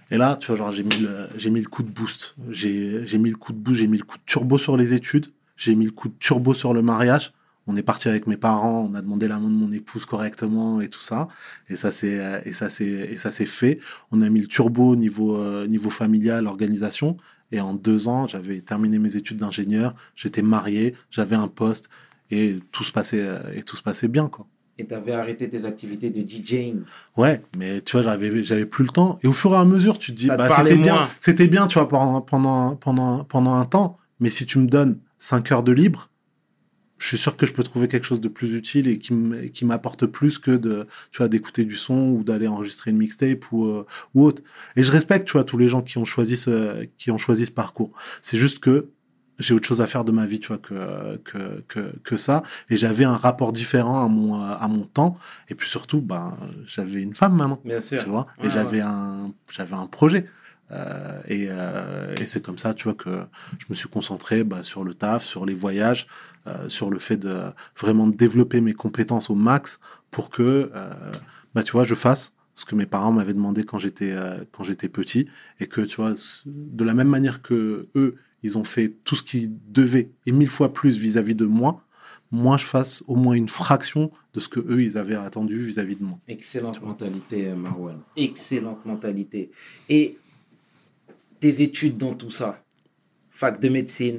Et là, tu vois, genre, j'ai mis le coup de boost. J'ai mis le coup de boost, j'ai mis le coup de turbo sur les études, j'ai mis le coup de turbo sur le mariage. On est parti avec mes parents, on a demandé la main de mon épouse correctement et tout ça. Et ça s'est fait. On a mis le turbo niveau familial, organisation. Et en 2 ans, j'avais terminé mes études d'ingénieur, j'étais marié, j'avais un poste et tout se passait bien, quoi. Et t'avais arrêté tes activités de DJing. Ouais, mais tu vois, j'avais plus le temps. Et au fur et à mesure, tu te dis, Ça te bah, parlait moins. c'était bien, tu vois, pendant un temps. Mais si tu me donnes 5 heures de libre, je suis sûr que je peux trouver quelque chose de plus utile et qui m'apporte plus que tu vois, d'écouter du son ou d'aller enregistrer une mixtape ou autre. Et je respecte, tu vois, tous les gens qui ont choisi ce parcours. C'est juste que j'ai autre chose à faire de ma vie, tu vois, que ça. Et j'avais un rapport différent à mon temps. Et puis surtout, bah, j'avais une femme maintenant. Bien sûr. Tu vois. Et Ouais, j'avais un projet. Et c'est comme ça, tu vois, que je me suis concentré sur le taf, sur les voyages, sur le fait de vraiment développer mes compétences au max pour que, tu vois, je fasse ce que mes parents m'avaient demandé quand j'étais petit, et que, tu vois, de la même manière que eux, ils ont fait tout ce qu'ils devaient et 1000 fois plus vis-à-vis de moi, je fasse au moins une fraction de ce que eux ils avaient attendu vis-à-vis de moi. Excellente mentalité, Marwan. Excellente mentalité. Et tes études dans tout ça, fac de médecine,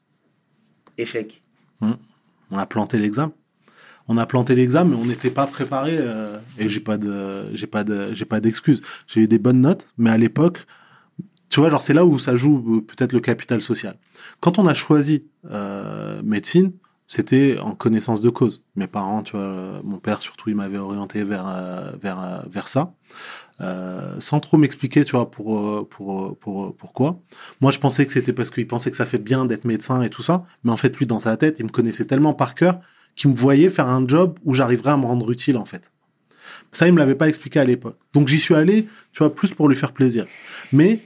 échec. On a planté l'examen. Mais on n'était pas préparé. Et j'ai pas d'excuses. J'ai eu des bonnes notes, mais à l'époque, tu vois, genre c'est là où ça joue peut-être le capital social. Quand on a choisi médecine, c'était en connaissance de cause. Mes parents, tu vois, mon père surtout, il m'avait orienté vers ça, sans trop m'expliquer, tu vois, pourquoi. Moi, je pensais que c'était parce qu'il pensait que ça fait bien d'être médecin et tout ça, mais en fait, lui, dans sa tête, il me connaissait tellement par cœur qu'il me voyait faire un job où j'arriverais à me rendre utile, en fait. Ça, il me l'avait pas expliqué à l'époque. Donc, j'y suis allé, tu vois, plus pour lui faire plaisir. Mais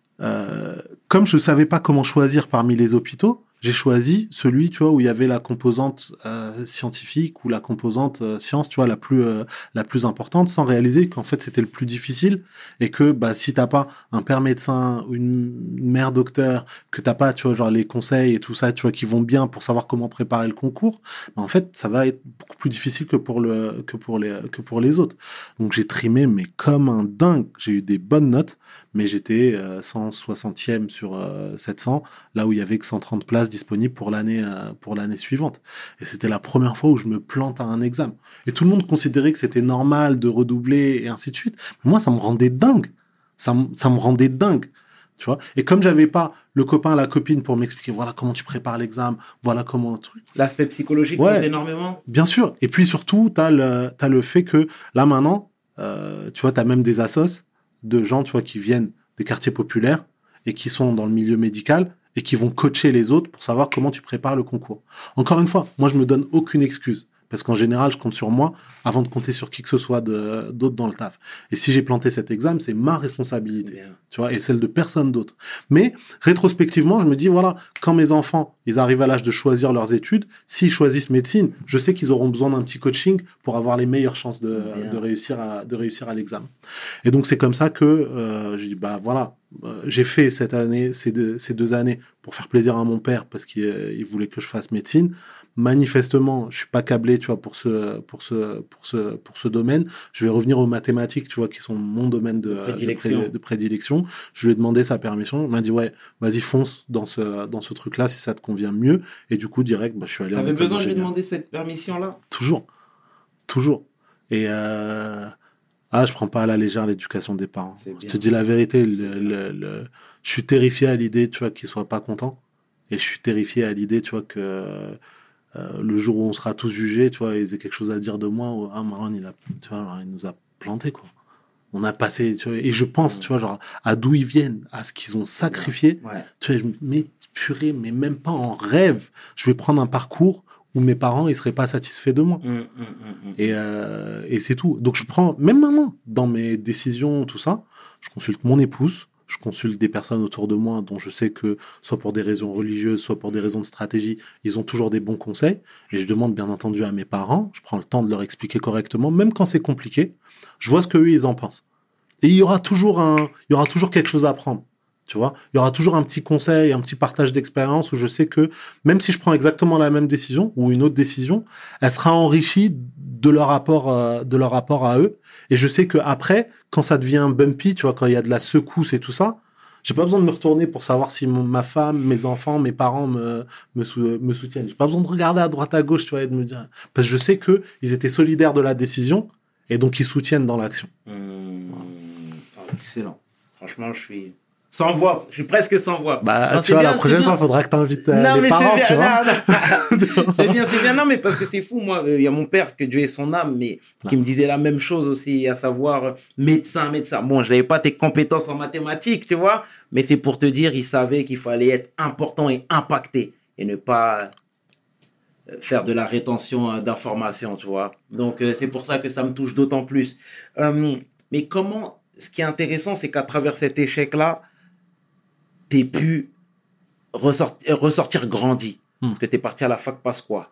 comme je savais pas comment choisir parmi les hôpitaux, j'ai choisi celui, tu vois, où il y avait la composante scientifique ou la composante science, tu vois, la plus importante, sans réaliser qu'en fait c'était le plus difficile, et que bah si t'as pas un père médecin ou une mère docteur, que t'as pas, tu vois, genre les conseils et tout ça, tu vois, qui vont bien pour savoir comment préparer le concours, bah, en fait ça va être beaucoup plus difficile que pour les autres. Donc j'ai trimé mais comme un dingue. J'ai eu des bonnes notes, mais j'étais 160e sur 700, là où il y avait que 130 places disponibles pour l'année suivante. Et c'était la première fois où je me plante à un examen. Et tout le monde considérait que c'était normal de redoubler et ainsi de suite. Mais moi, ça me rendait dingue. Ça me rendait dingue. Tu vois. Et comme j'avais pas le copain, la copine pour m'expliquer, voilà comment tu prépares l'examen, voilà comment un truc. L'aspect psychologique compte énormément. Bien sûr. Et puis surtout, t'as le fait que là maintenant, tu vois, t'as même des assos de gens, tu vois, qui viennent des quartiers populaires et qui sont dans le milieu médical et qui vont coacher les autres pour savoir comment tu prépares le concours. Encore une fois, moi, je me donne aucune excuse. Parce qu'en général, je compte sur moi avant de compter sur qui que ce soit d'autre dans le taf. Et si j'ai planté cet examen, c'est ma responsabilité. Bien. Tu vois, et celle de personne d'autre. Mais, rétrospectivement, je me dis, voilà, quand mes enfants, ils arrivent à l'âge de choisir leurs études, s'ils choisissent médecine, je sais qu'ils auront besoin d'un petit coaching pour avoir les meilleures chances de réussir à l'examen. Et donc, c'est comme ça que j'ai dit, bah voilà, j'ai fait cette année, ces 2 années pour faire plaisir à mon père parce qu'il voulait que je fasse médecine. Manifestement, je suis pas câblé, tu vois, pour ce domaine. Je vais revenir aux mathématiques, tu vois, qui sont mon domaine de prédilection. Je lui ai demandé sa permission. Il m'a dit, ouais, vas-y, fonce dans ce truc-là si ça te convient mieux. Et du coup, direct, bah, je suis allé. T'avais besoin de lui demander cette permission-là? Toujours. Et je prends pas à la légère l'éducation des parents. Je te dis la vérité, je suis terrifié à l'idée, tu vois, qu'ils soient pas contents. Et je suis terrifié à l'idée, tu vois, que le jour où on sera tous jugés, tu vois, ils aient quelque chose à dire de moi. Marwan, il nous a plantés, quoi. On a passé, tu vois, et je pense, tu vois, genre, à d'où ils viennent, à ce qu'ils ont sacrifié. Ouais. Tu vois, mais purée, mais même pas en rêve, je vais prendre un parcours où mes parents, ils seraient pas satisfaits de moi. Et c'est tout. Donc, je prends, même maintenant, dans mes décisions, tout ça, je consulte mon épouse, je consulte des personnes autour de moi dont je sais que, soit pour des raisons religieuses, soit pour des raisons de stratégie, ils ont toujours des bons conseils. Et je demande bien entendu à mes parents, je prends le temps de leur expliquer correctement, même quand c'est compliqué, je vois ce qu'eux, ils en pensent. Et il y aura toujours quelque chose à apprendre. Tu vois, il y aura toujours un petit conseil, un petit partage d'expérience où je sais que même si je prends exactement la même décision ou une autre décision, elle sera enrichie de leur rapport à eux. Et je sais que après, quand ça devient bumpy, tu vois, quand il y a de la secousse et tout ça, j'ai pas besoin de me retourner pour savoir si ma femme, mes enfants, mes parents me soutiennent. J'ai pas besoin de regarder à droite à gauche, tu vois, et de me dire, parce que je sais que ils étaient solidaires de la décision et donc ils soutiennent dans l'action. Excellent. Franchement, je suis sans voix. Je suis presque sans voix. Bah, non, tu vois, la prochaine fois, il faudra que tu invites les parents, tu vois. Non. C'est bien. Non, mais parce que c'est fou. Moi, il y a mon père, que Dieu ait son âme, mais qui me disait la même chose aussi, à savoir médecin. Bon, je n'avais pas tes compétences en mathématiques, tu vois, mais c'est pour te dire, il savait qu'il fallait être important et impacté et ne pas faire de la rétention d'informations, tu vois. Donc, c'est pour ça que ça me touche d'autant plus. Mais ce qui est intéressant, c'est qu'à travers cet échec-là, t'es pu ressortir grandi. Parce que t'es parti à la fac Pasqua.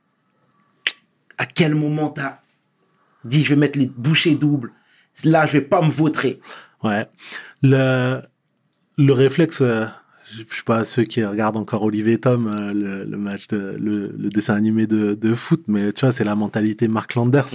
À quel moment t'as dit, je vais mettre les bouchées doubles. Là, je vais pas me vautrer. Ouais. Le réflexe, je sais pas ceux qui regardent encore Olivier et Tom, le match le dessin animé de foot, mais tu vois, c'est la mentalité Mark Landers.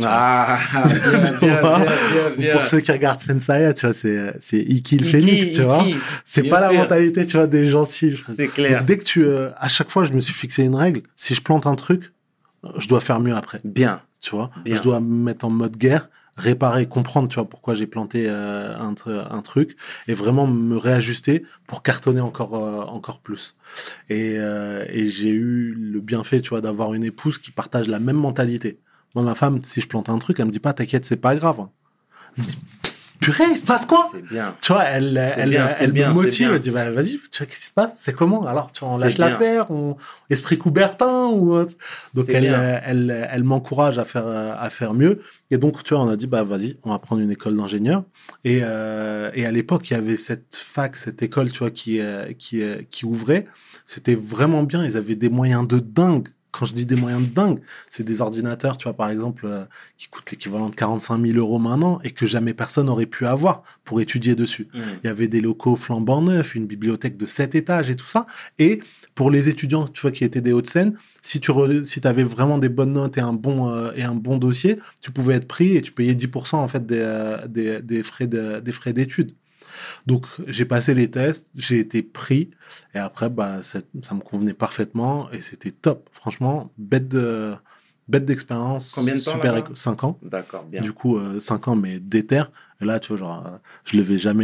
Bien. Pour ceux qui regardent Senseiya, tu vois, c'est Iki le Phénix, tu vois. C'est pas la mentalité, tu vois, des gentils. C'est clair. Donc, dès que à chaque fois, je me suis fixé une règle. Si je plante un truc, je dois faire mieux après. Bien. Tu vois. Bien. Je dois me mettre en mode guerre, réparer, comprendre, tu vois, pourquoi j'ai planté un truc et vraiment me réajuster pour cartonner encore plus. Et j'ai eu le bienfait, tu vois, d'avoir une épouse qui partage la même mentalité. Moi, ma femme, si je plante un truc, elle me dit pas, t'inquiète, c'est pas grave. Elle me dit, purée, il se passe quoi? C'est bien. Tu vois, elle me motive, elle dit, bah, vas-y, tu vois, qu'est-ce qui se passe? C'est comment? Alors, tu vois, on lâche l'affaire, esprit Coubertin ou autre. Donc, elle m'encourage à faire mieux. Et donc, tu vois, on a dit, bah, vas-y, on va prendre une école d'ingénieur. Et à l'époque, il y avait cette école, tu vois, qui ouvrait. C'était vraiment bien. Ils avaient des moyens de dingue. Quand je dis des moyens de dingue, c'est des ordinateurs, tu vois, par exemple, qui coûtent l'équivalent de 45 000 € maintenant et que jamais personne n'aurait pu avoir pour étudier dessus. Il y avait des locaux flambant neufs, une bibliothèque de 7 étages et tout ça. Et pour les étudiants, tu vois, qui étaient des Hauts-de-Seine, si t'avais vraiment des bonnes notes et un bon dossier, tu pouvais être pris et tu payais 10% en fait des frais d'études. Donc, j'ai passé les tests, j'ai été pris, et après, bah, ça me convenait parfaitement, et c'était top. Franchement, bête d'expérience. Combien de temps, super là-bas? 5 ans. D'accord, bien. Du coup, 5 ans, mais déter. Et là, tu vois, genre, je levais jamais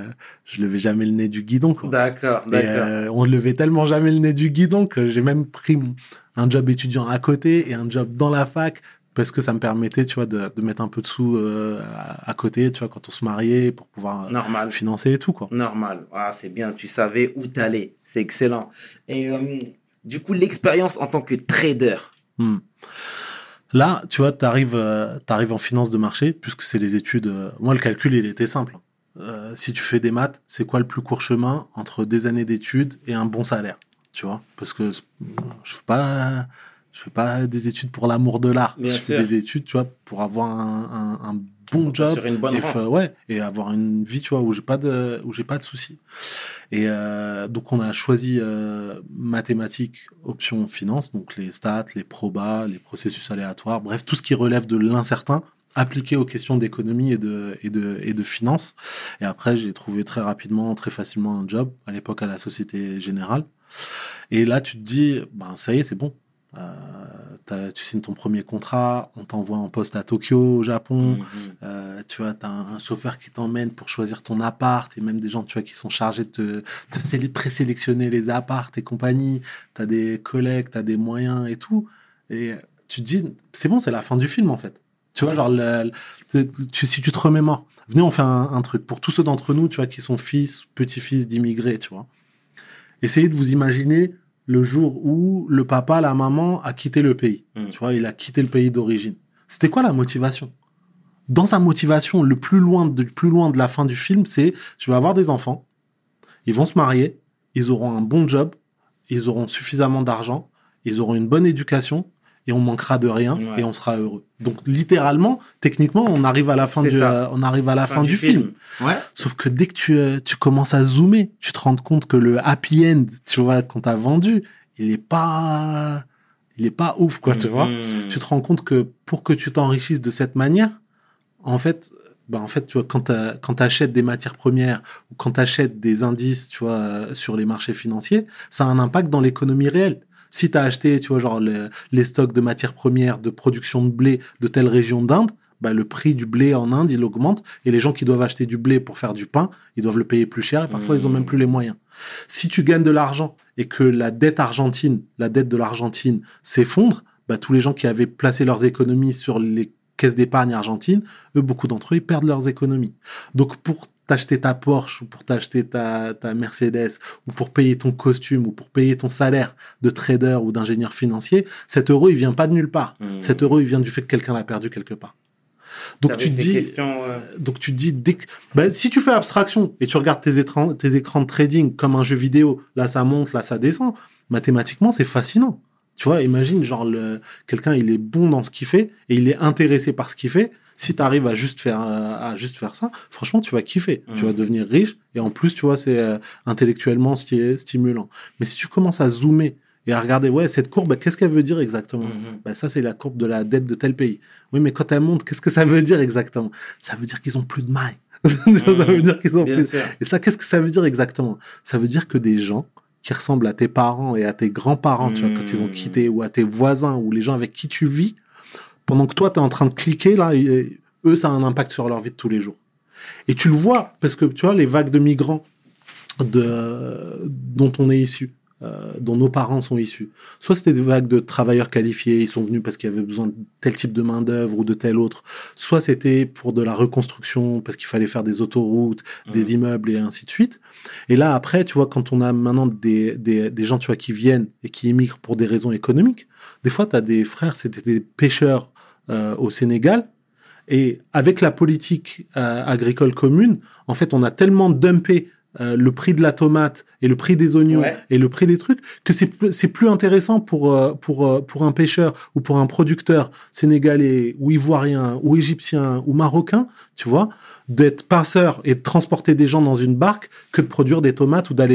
le nez du guidon, quoi. D'accord. On levait tellement jamais le nez du guidon que j'ai même pris un job étudiant à côté et un job dans la fac, parce que ça me permettait, tu vois, de mettre un peu de sous à côté, tu vois, quand on se mariait, pour pouvoir financer et tout, quoi. Normal. Ah, c'est bien, tu savais où t'allais. C'est excellent. Et du coup, l'expérience en tant que trader. Là, tu vois, t'arrives en finance de marché, puisque c'est les études. Moi, le calcul, il était simple. Si tu fais des maths, c'est quoi le plus court chemin entre des années d'études et un bon salaire, tu vois? Parce que je fais pas des études pour l'amour de l'art. Je fais des études, tu vois, pour avoir un bon job. Sur une bonne rente. Et avoir une vie, tu vois, où j'ai pas de soucis. Et donc, on a choisi mathématiques, option finance, donc les stats, les probas, les processus aléatoires, bref, tout ce qui relève de l'incertain, appliqué aux questions d'économie et de finance. Et après, j'ai trouvé très rapidement, très facilement un job, à l'époque à la Société Générale. Et là, tu te dis, ben, ça y est, c'est bon. Tu signes ton premier contrat, on t'envoie en poste à Tokyo, au Japon. Tu vois, t'as un chauffeur qui t'emmène pour choisir ton appart, et même des gens, tu vois, qui sont chargés de te présélectionner les apparts et compagnie. T'as des collègues, t'as des moyens et tout. Et tu te dis, c'est bon, c'est la fin du film, en fait. Tu vois, genre, si tu te remémores, venez, on fait un truc. Pour tous ceux d'entre nous, tu vois, qui sont fils, petits-fils d'immigrés, tu vois. Essayez de vous imaginer le jour où le papa, la maman a quitté le pays. Tu vois, il a quitté le pays d'origine. C'était quoi la motivation? Dans sa motivation, le plus loin de la fin du film, c'est je vais avoir des enfants, ils vont se marier, ils auront un bon job, ils auront suffisamment d'argent, ils auront une bonne éducation, et on manquera de rien Ouais. et on sera heureux. Donc littéralement, techniquement, on arrive à la fin du film. Ouais. Sauf que dès que tu commences à zoomer, tu te rends compte que le happy end, tu vois, qu'on t'a vendu, il est pas ouf, quoi, tu vois. Tu te rends compte que pour que tu t'enrichisses de cette manière, en fait, tu vois, quand t'achètes des matières premières ou quand t'achètes des indices, tu vois, sur les marchés financiers, ça a un impact dans l'économie réelle. Si t'as acheté, tu vois, genre les stocks de matières premières de production de blé de telle région d'Inde, le prix du blé en Inde, il augmente, et les gens qui doivent acheter du blé pour faire du pain, ils doivent le payer plus cher, et parfois ils ont même plus les moyens. Si tu gagnes de l'argent et que la dette de l'Argentine s'effondre, tous les gens qui avaient placé leurs économies sur les caisses d'épargne argentines, beaucoup d'entre eux, ils perdent leurs économies. Donc pour t'acheter ta Porsche, ou pour t'acheter ta Mercedes, ou pour payer ton costume, ou pour payer ton salaire de trader ou d'ingénieur financier, cet euro, il vient pas de nulle part. Cet euro, il vient du fait que quelqu'un l'a perdu quelque part. Donc tu te dis, si tu fais abstraction et tu regardes tes écrans de trading comme un jeu vidéo, là ça monte, là ça descend, mathématiquement c'est fascinant. Tu vois, imagine, genre, quelqu'un, il est bon dans ce qu'il fait et il est intéressé par ce qu'il fait. Si tu arrives à juste faire ça, franchement, tu vas kiffer. Tu vas devenir riche et en plus, tu vois, c'est intellectuellement stimulant. Mais si tu commences à zoomer et à regarder, cette courbe, qu'est-ce qu'elle veut dire exactement? Ça, c'est la courbe de la dette de tel pays. Oui, mais quand elle monte, qu'est-ce que ça veut dire exactement? Ça veut dire qu'ils ont plus de mailles. Ça veut dire qu'ils ont plus. Et ça, qu'est-ce que ça veut dire exactement? Ça veut dire que des gens qui ressemblent à tes parents et à tes grands-parents, tu vois, quand ils ont quitté, ou à tes voisins, ou les gens avec qui tu vis, pendant que toi, t'es en train de cliquer, là, eux, ça a un impact sur leur vie de tous les jours. Et tu le vois, parce que, tu vois, les vagues de migrants dont on est issu, dont nos parents sont issus. Soit c'était des vagues de travailleurs qualifiés, ils sont venus parce qu'il y avait besoin de tel type de main-d'œuvre ou de tel autre. Soit c'était pour de la reconstruction, parce qu'il fallait faire des autoroutes, des immeubles et ainsi de suite. Et là, après, tu vois, quand on a maintenant des gens, tu vois, qui viennent et qui émigrent pour des raisons économiques, des fois, tu as des frères, c'était des pêcheurs au Sénégal. Et avec la politique agricole commune, en fait, on a tellement dumpé le prix de la tomate et le prix des oignons et le prix des trucs que c'est plus intéressant pour un pêcheur ou pour un producteur sénégalais ou ivoirien ou égyptien ou marocain, tu vois, d'être passeur et de transporter des gens dans une barque que de produire des tomates ou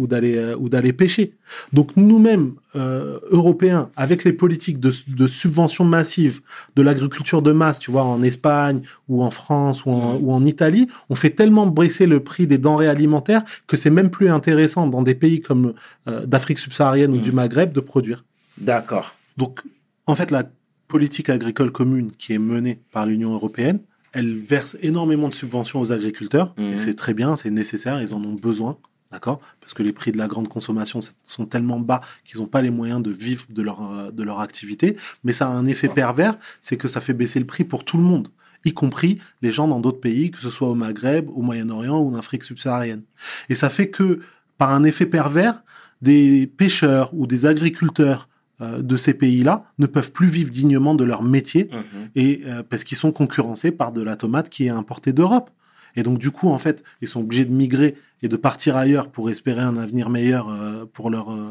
d'aller pêcher. Donc nous-mêmes Européens, avec les politiques de subvention massive de l'agriculture de masse, tu vois, en Espagne ou en France ou en Italie, on fait tellement baisser le prix des denrées alimentaires que c'est même plus intéressant dans des pays comme d'Afrique subsaharienne ou du Maghreb de produire. D'accord. Donc, en fait, la politique agricole commune qui est menée par l'Union européenne, elle verse énormément de subventions aux agriculteurs, et c'est très bien, c'est nécessaire, ils en ont besoin, d'accord ? Parce que les prix de la grande consommation sont tellement bas qu'ils n'ont pas les moyens de vivre de leur activité, mais ça a un effet pervers, c'est que ça fait baisser le prix pour tout le monde, y compris les gens dans d'autres pays, que ce soit au Maghreb, au Moyen-Orient ou en Afrique subsaharienne. Et ça fait que, par un effet pervers, des pêcheurs ou des agriculteurs de ces pays-là ne peuvent plus vivre dignement de leur métier et parce qu'ils sont concurrencés par de la tomate qui est importée d'Europe. Et donc, du coup, en fait, ils sont obligés de migrer et de partir ailleurs pour espérer un avenir meilleur pour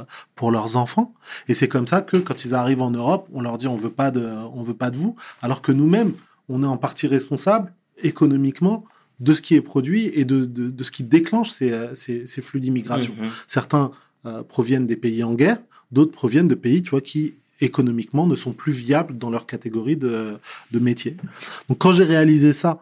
leurs enfants. Et c'est comme ça que, quand ils arrivent en Europe, on leur dit on veut pas de vous, alors que nous-mêmes, on est en partie responsable économiquement de ce qui est produit et de ce qui déclenche ces flux d'immigration. Certains proviennent des pays en guerre, d'autres proviennent de pays, tu vois, qui économiquement ne sont plus viables dans leur catégorie de métier. Donc quand j'ai réalisé ça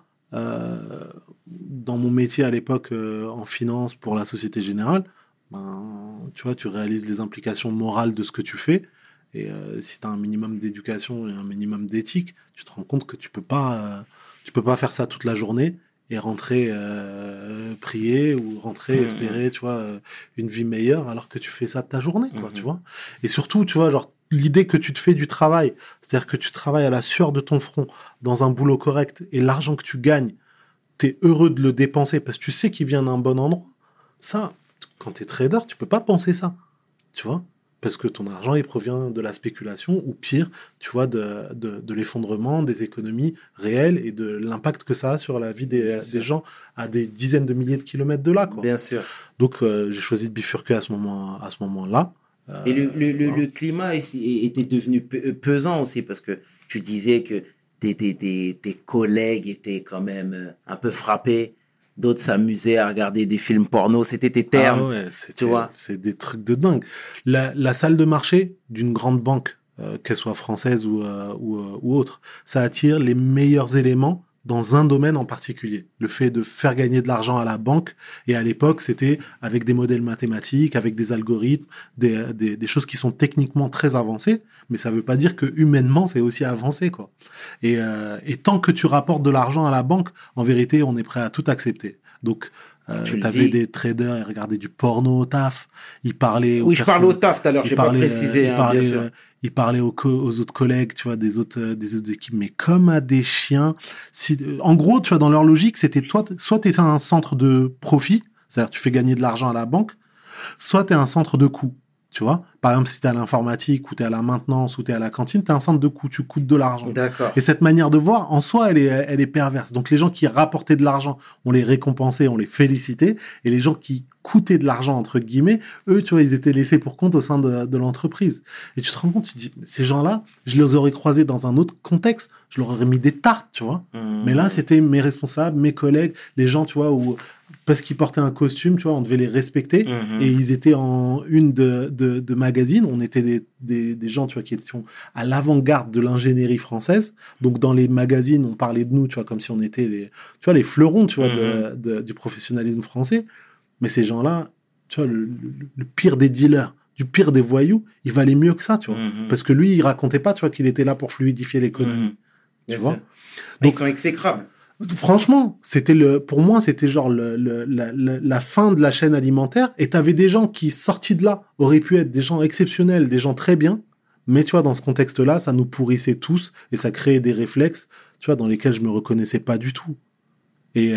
dans mon métier à l'époque en finance pour la Société Générale, tu vois, tu réalises les implications morales de ce que tu fais. Et si tu as un minimum d'éducation et un minimum d'éthique, tu te rends compte que tu peux pas faire ça toute la journée et rentrer prier ou rentrer espérer, tu vois, une vie meilleure alors que tu fais ça de ta journée, quoi, tu vois. Et surtout, tu vois, genre, l'idée que tu te fais du travail, c'est-à-dire que tu travailles à la sueur de ton front dans un boulot correct et l'argent que tu gagnes, t'es heureux de le dépenser parce que tu sais qu'il vient d'un bon endroit. Ça, quand t'es trader, tu peux pas penser ça, tu vois. Parce que ton argent, il provient de la spéculation, ou pire, tu vois, de l'effondrement des économies réelles et de l'impact que ça a sur la vie des gens à des dizaines de milliers de kilomètres de là, quoi. Bien sûr. Donc, j'ai choisi de bifurquer à ce moment-là. Et le climat était devenu pesant aussi, parce que tu disais que tes collègues étaient quand même un peu frappés, d'autres s'amusaient à regarder des films porno, c'était tes termes, Ah ouais, tu vois. c'est des trucs de dingue. La salle de marché d'une grande banque, qu'elle soit française ou autre, ça attire les meilleurs éléments dans un domaine en particulier. Le fait de faire gagner de l'argent à la banque, et à l'époque, c'était avec des modèles mathématiques, avec des algorithmes, des choses qui sont techniquement très avancées, mais ça veut pas dire que humainement, c'est aussi avancé, quoi. Et tant que tu rapportes de l'argent à la banque, en vérité, on est prêt à tout accepter. Donc, t'avais des traders, ils regardaient du porno au taf, ils parlaient... Oui, je parle au taf tout à l'heure, j'ai pas précisé, bien sûr. Il parlait aux autres collègues, tu vois, des autres équipes, mais comme à des chiens. En gros, tu vois, dans leur logique, c'était toi, soit tu étais un centre de profit, c'est-à-dire tu fais gagner de l'argent à la banque, soit tu es un centre de coût, tu vois. Par exemple, si tu es à l'informatique, ou tu es à la maintenance, ou tu es à la cantine, tu es un centre de coût, tu coûtes de l'argent. D'accord. Et cette manière de voir, en soi, elle est perverse. Donc les gens qui rapportaient de l'argent, on les récompensait, on les félicitait, et les gens qui coûtaient de l'argent, entre guillemets, eux, tu vois, ils étaient laissés pour compte au sein de l'entreprise. Et tu te rends compte, tu te dis, ces gens-là, je les aurais croisés dans un autre contexte, je leur aurais mis des tartes, tu vois. Mais là, c'était mes responsables, mes collègues, les gens, tu vois, où, parce qu'ils portaient un costume, tu vois, on devait les respecter, et ils étaient en une de magazine, on était des gens, tu vois, qui étaient à l'avant-garde de l'ingénierie française. Donc, dans les magazines, on parlait de nous, tu vois, comme si on était les fleurons, tu vois, du professionnalisme français. Mais ces gens-là, tu vois, le pire des dealers, du pire des voyous, il valait mieux que ça, tu vois. Parce que lui, il racontait pas, tu vois, qu'il était là pour fluidifier l'économie. Tu vois. Donc, ils sont exécrables. Franchement, pour moi, c'était genre la fin de la chaîne alimentaire. Et t'avais des gens qui, sortis de là, auraient pu être des gens exceptionnels, des gens très bien. Mais tu vois, dans ce contexte-là, ça nous pourrissait tous et ça créait des réflexes, tu vois, dans lesquels je me reconnaissais pas du tout. Et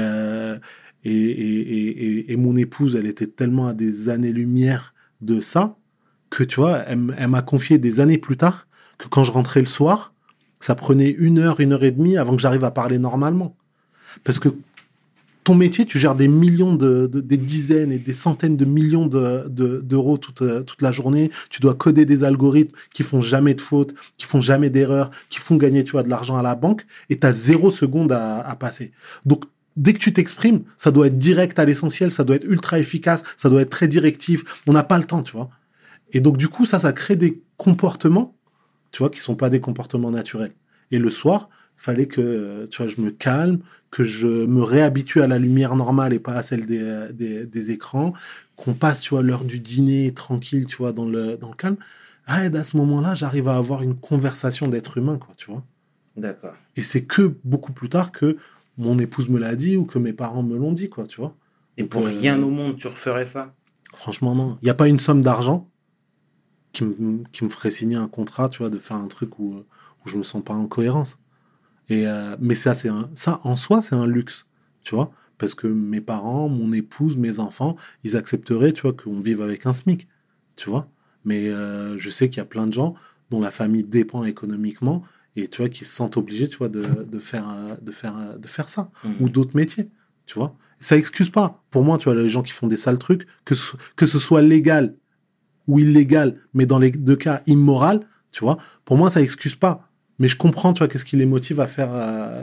mon épouse, elle était tellement à des années-lumière de ça que, tu vois, elle m'a confié des années plus tard que quand je rentrais le soir, ça prenait 1 heure et demie avant que j'arrive à parler normalement. Parce que ton métier, tu gères des millions des dizaines et des centaines de millions d'euros toute la journée. Tu dois coder des algorithmes qui font jamais de fautes, qui font jamais d'erreurs, qui font gagner, tu vois, de l'argent à la banque, et t'as 0 seconde à passer. Donc, dès que tu t'exprimes, ça doit être direct à l'essentiel, ça doit être ultra efficace, ça doit être très directif. On n'a pas le temps, tu vois. Et donc, du coup, ça crée des comportements, tu vois, qui sont pas des comportements naturels. Et le soir, fallait que, tu vois, je me calme, que je me réhabitue à la lumière normale et pas à celle des écrans, qu'on passe, tu vois, l'heure du dîner tranquille, tu vois, dans le calme. Ah, et à ce moment-là, j'arrive à avoir une conversation d'être humain, quoi, tu vois. D'accord. Et c'est que beaucoup plus tard que mon épouse me l'a dit ou que mes parents me l'ont dit, quoi, tu vois. Et pour rien au monde, tu referais ça? Franchement, non. Il n'y a pas une somme d'argent qui me ferait signer un contrat, tu vois, de faire un truc où je me sens pas en cohérence. Mais ça en soi, c'est un luxe, tu vois, parce que mes parents, mon épouse, mes enfants, ils accepteraient, tu vois, qu'on vive avec un SMIC, tu vois. Mais je sais qu'il y a plein de gens dont la famille dépend économiquement et tu vois qui se sentent obligés, tu vois, de faire ça ou d'autres métiers, tu vois. Ça excuse pas. Pour moi, tu vois, les gens qui font des sales trucs, que ce soit légal ou illégal, mais dans les 2 cas immoral, tu vois. Pour moi, ça excuse pas. Mais je comprends, tu vois, qu'est-ce qui les motive à faire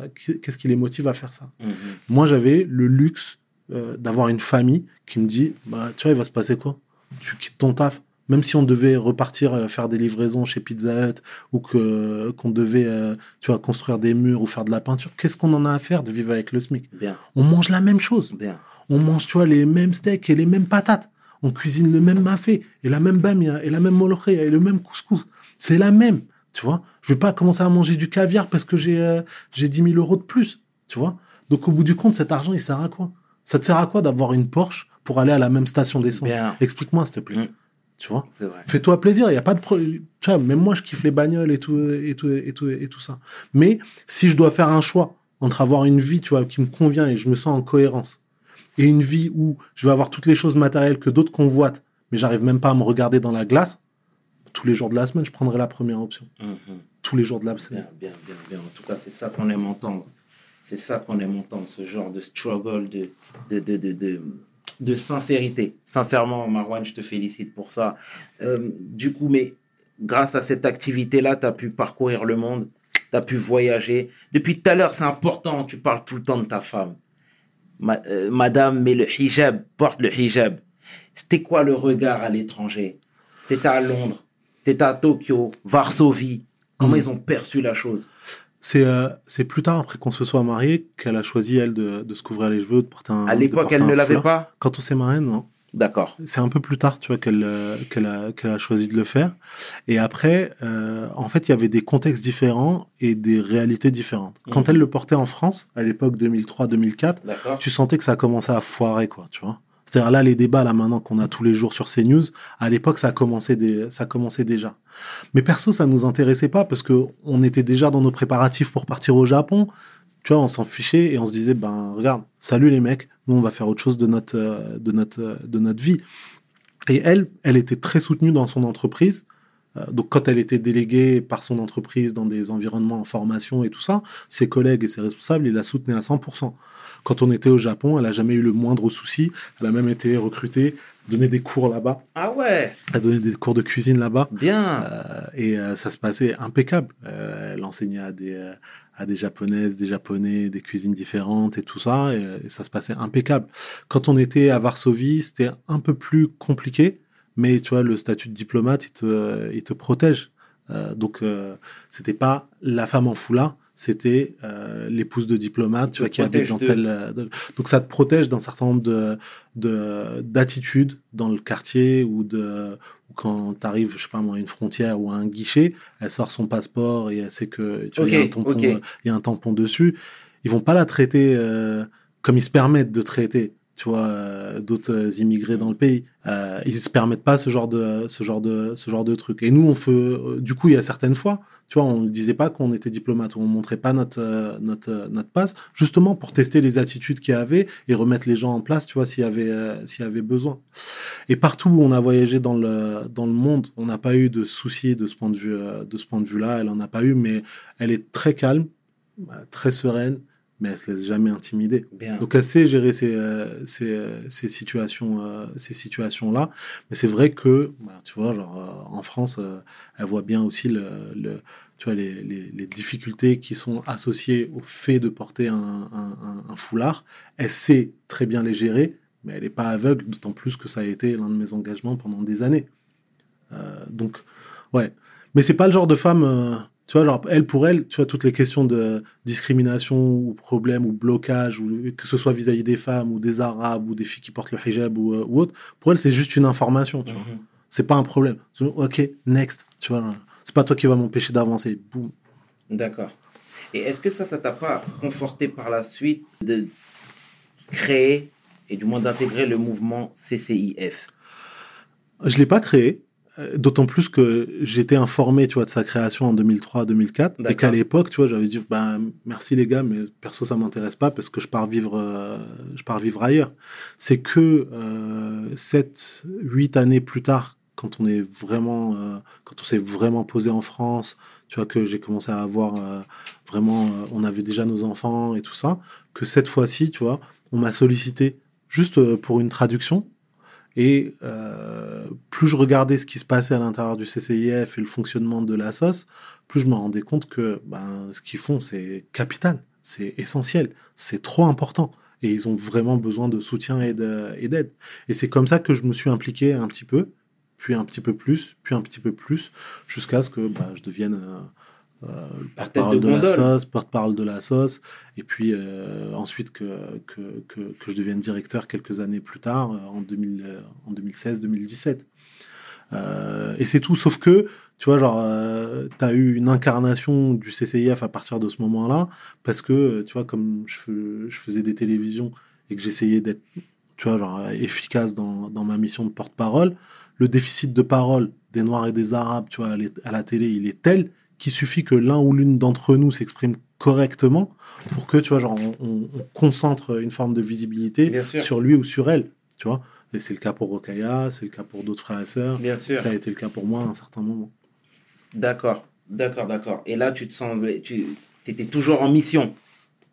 ça. Moi, j'avais le luxe d'avoir une famille qui me dit, bah, tu vois, il va se passer quoi? Tu quittes ton taf. Même si on devait repartir faire des livraisons chez Pizza Hut ou qu'on devait, tu vois, construire des murs ou faire de la peinture, qu'est-ce qu'on en a à faire de vivre avec le SMIC? Bien. On mange la même chose. Bien. On mange, tu vois, les mêmes steaks et les mêmes patates. On cuisine le même mafé et la même bamia et la même molokhia et le même couscous. C'est la même. Tu vois, je vais pas commencer à manger du caviar parce que j'ai 10 000 euros de plus, tu vois. Donc, au bout du compte, cet argent, il sert à quoi? Ça te sert à quoi d'avoir une Porsche pour aller à la même station d'essence? Bien. Explique-moi, s'il te plaît. Tu vois? C'est vrai. Fais-toi plaisir, il y a pas de problème. Tu vois, même moi, je kiffe les bagnoles et tout ça. Mais si je dois faire un choix entre avoir une vie, tu vois, qui me convient et je me sens en cohérence, et une vie où je vais avoir toutes les choses matérielles que d'autres convoitent, mais j'arrive même pas à me regarder dans la glace, tous les jours de la semaine, je prendrai la première option. Tous les jours de la semaine. Bien. En tout cas, c'est ça qu'on aime entendre. C'est ça qu'on aime entendre, ce genre de struggle, de sincérité. Sincèrement, Marwan, je te félicite pour ça. Du coup, mais grâce à cette activité-là, tu as pu parcourir le monde, tu as pu voyager. Depuis tout à l'heure, c'est important, tu parles tout le temps de ta femme. Madame, mais le hijab, porte le hijab. C'était quoi le regard à l'étranger? T'étais à Londres, t'étais à Tokyo, Varsovie. Comment ils ont perçu la chose? C'est plus tard, après qu'on se soit mariés, qu'elle a choisi, elle, de se couvrir les cheveux, de porter un À l'époque, elle ne l'avait pas? Quand on s'est mariés, non. D'accord. C'est un peu plus tard, tu vois, qu'elle a choisi de le faire. Et après, en fait, il y avait des contextes différents et des réalités différentes. Quand elle le portait en France, à l'époque 2003-2004, tu sentais que ça commençait à foirer, quoi, tu vois. C'est-à-dire là, les débats, là, maintenant qu'on a tous les jours sur CNews, à l'époque, ça commençait déjà. Mais perso, ça nous intéressait pas parce que on était déjà dans nos préparatifs pour partir au Japon. Tu vois, on s'en fichait et on se disait, ben, regarde, salut les mecs, nous, on va faire autre chose de notre vie. Et elle était très soutenue dans son entreprise. Donc, quand elle était déléguée par son entreprise dans des environnements en formation et tout ça, ses collègues et ses responsables, ils la soutenaient à 100%. Quand on était au Japon, elle a jamais eu le moindre souci. Elle a même été recrutée, donner des cours là-bas. Ah ouais. Elle a donné des cours de cuisine là-bas. Bien. Et ça se passait impeccable. Elle enseignait à des japonaises, des japonais, des cuisines différentes et tout ça. Et ça se passait impeccable. Quand on était à Varsovie, c'était un peu plus compliqué. Mais tu vois, le statut de diplomate, il te protège. Donc, c'était pas la femme en foulard, c'était l'épouse de diplomate, tu vois, qui habite dans donc, ça te protège d'un certain nombre d'attitudes dans le quartier ou quand tu arrives, je sais pas moi, à une frontière ou à un guichet, elle sort son passeport et elle sait que tu vois, il y a un tampon dessus. Ils vont pas la traiter comme ils se permettent de traiter. Tu vois, d'autres immigrés dans le pays, ils se permettent pas ce genre de truc. Et nous, on fait, du coup, il y a certaines fois, tu vois, on ne disait pas qu'on était diplomate, on montrait pas notre passe, justement pour tester les attitudes qu'il y avait et remettre les gens en place, tu vois, s'il y avait besoin. Et partout où on a voyagé dans le monde, on n'a pas eu de soucis de ce point de vue-là. Elle en a pas eu, mais elle est très calme, très sereine. Mais elle se laisse jamais intimider. Bien. Donc elle sait gérer ces situations-là. Mais c'est vrai que, tu vois, genre en France, elle voit bien aussi tu vois, les difficultés qui sont associées au fait de porter un foulard. Elle sait très bien les gérer, mais elle n'est pas aveugle, d'autant plus que ça a été l'un de mes engagements pendant des années. Donc, ouais. Mais c'est pas le genre de femme... tu vois, genre, pour elle, tu vois, toutes les questions de discrimination ou problème ou blocage, ou que ce soit vis-à-vis des femmes ou des arabes ou des filles qui portent le hijab ou autre, pour elle, c'est juste une information, tu vois. C'est pas un problème. Ok, next, tu vois. C'est pas toi qui va m'empêcher d'avancer. Boum. D'accord. Et est-ce que ça t'a pas conforté par la suite de créer, et du moins d'intégrer le mouvement CCIF? Je l'ai pas créé. D'autant plus que j'étais informé, tu vois, de sa création en 2003-2004 et qu'à l'époque, tu vois, j'avais dit merci les gars, mais perso ça m'intéresse pas parce que je pars vivre ailleurs. C'est que 7-8 années plus tard, quand on s'est vraiment posé en France, tu vois, que j'ai commencé à avoir on avait déjà nos enfants et tout ça, que cette fois-ci, tu vois, on m'a sollicité juste pour une traduction. Et plus je regardais ce qui se passait à l'intérieur du CCIF et le fonctionnement de la SOS, plus je me rendais compte que ce qu'ils font, c'est capital, c'est essentiel, c'est trop important. Et ils ont vraiment besoin de soutien et d'aide. Et c'est comme ça que je me suis impliqué un petit peu, puis un petit peu plus, puis un petit peu plus, jusqu'à ce que je devienne... porte-parole de la sauce, et puis ensuite que je devienne directeur quelques années plus tard, en 2016-2017. Et c'est tout, sauf que, tu vois, genre, t'as eu une incarnation du CCIF à partir de ce moment-là, parce que, tu vois, comme je faisais des télévisions et que j'essayais d'être, tu vois, genre, efficace dans ma mission de porte-parole, le déficit de parole des Noirs et des Arabes, tu vois, à la télé, il est tel qu'il suffit que l'un ou l'une d'entre nous s'exprime correctement pour que, tu vois, genre, on concentre une forme de visibilité sur lui ou sur elle, tu vois. Et c'est le cas pour Rokhaya, c'est le cas pour d'autres frères et sœurs. Bien sûr. Ça a été le cas pour moi à un certain moment. D'accord. Et là, tu étais toujours en mission.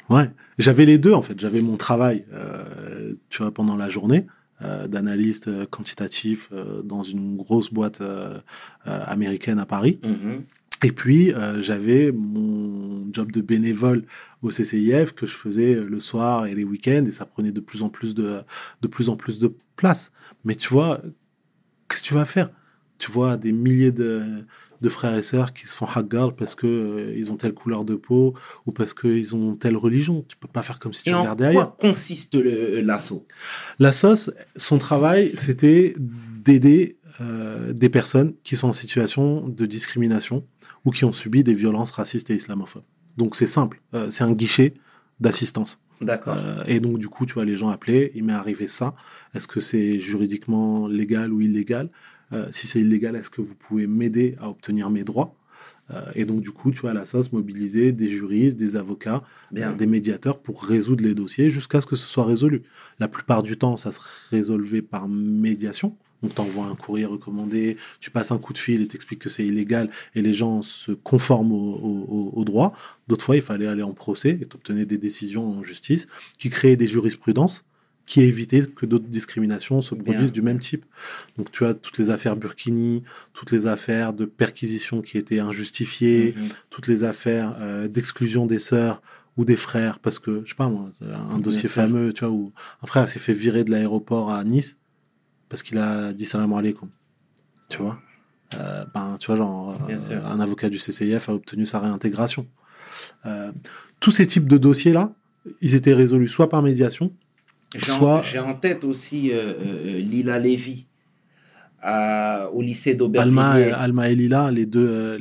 Ouais, j'avais les deux en fait. J'avais mon travail, tu vois, pendant la journée, d'analyste quantitatif dans une grosse boîte américaine à Paris. Et puis j'avais mon job de bénévole au CCIF que je faisais le soir et les week-ends, et ça prenait de plus en plus de place. Mais tu vois, qu'est-ce que tu vas faire? Tu vois des milliers de frères et sœurs qui se font haggar parce que ils ont telle couleur de peau ou parce qu'ils ont telle religion. Tu peux pas faire comme si tu regardais ailleurs. Et en quoi consiste l'assaut? L'assos, son travail, c'était d'aider des personnes qui sont en situation de discrimination ou qui ont subi des violences racistes et islamophobes. Donc c'est simple, c'est un guichet d'assistance. D'accord. Et donc du coup, tu vois, les gens appelaient, il m'est arrivé ça. Est-ce que c'est juridiquement légal ou illégal? Si c'est illégal, est-ce que vous pouvez m'aider à obtenir mes droits? Et donc du coup, tu vois, la sauce mobilisait des juristes, des avocats, des médiateurs pour résoudre les dossiers jusqu'à ce que ce soit résolu. La plupart du temps, ça se résolvait par médiation. Donc, tu envoies un courrier recommandé, tu passes un coup de fil et t'expliques que c'est illégal et les gens se conforment au droit. D'autres fois, il fallait aller en procès et t'obtenais des décisions en justice qui créaient des jurisprudences qui évitaient que d'autres discriminations se produisent du même type. Donc, tu as toutes les affaires Burkini, toutes les affaires de perquisition qui étaient injustifiées, toutes les affaires d'exclusion des sœurs ou des frères, parce que, je sais pas moi, un dossier fameux, tu vois, où un frère s'est fait virer de l'aéroport à Nice parce qu'il a dit salam alaikum, tu vois. Tu vois, genre, un avocat du CCIF a obtenu sa réintégration. Tous ces types de dossiers-là, ils étaient résolus soit par médiation, J'ai en tête aussi Lila Lévy au lycée d'Aubervilliers. Alma et Lila, les deux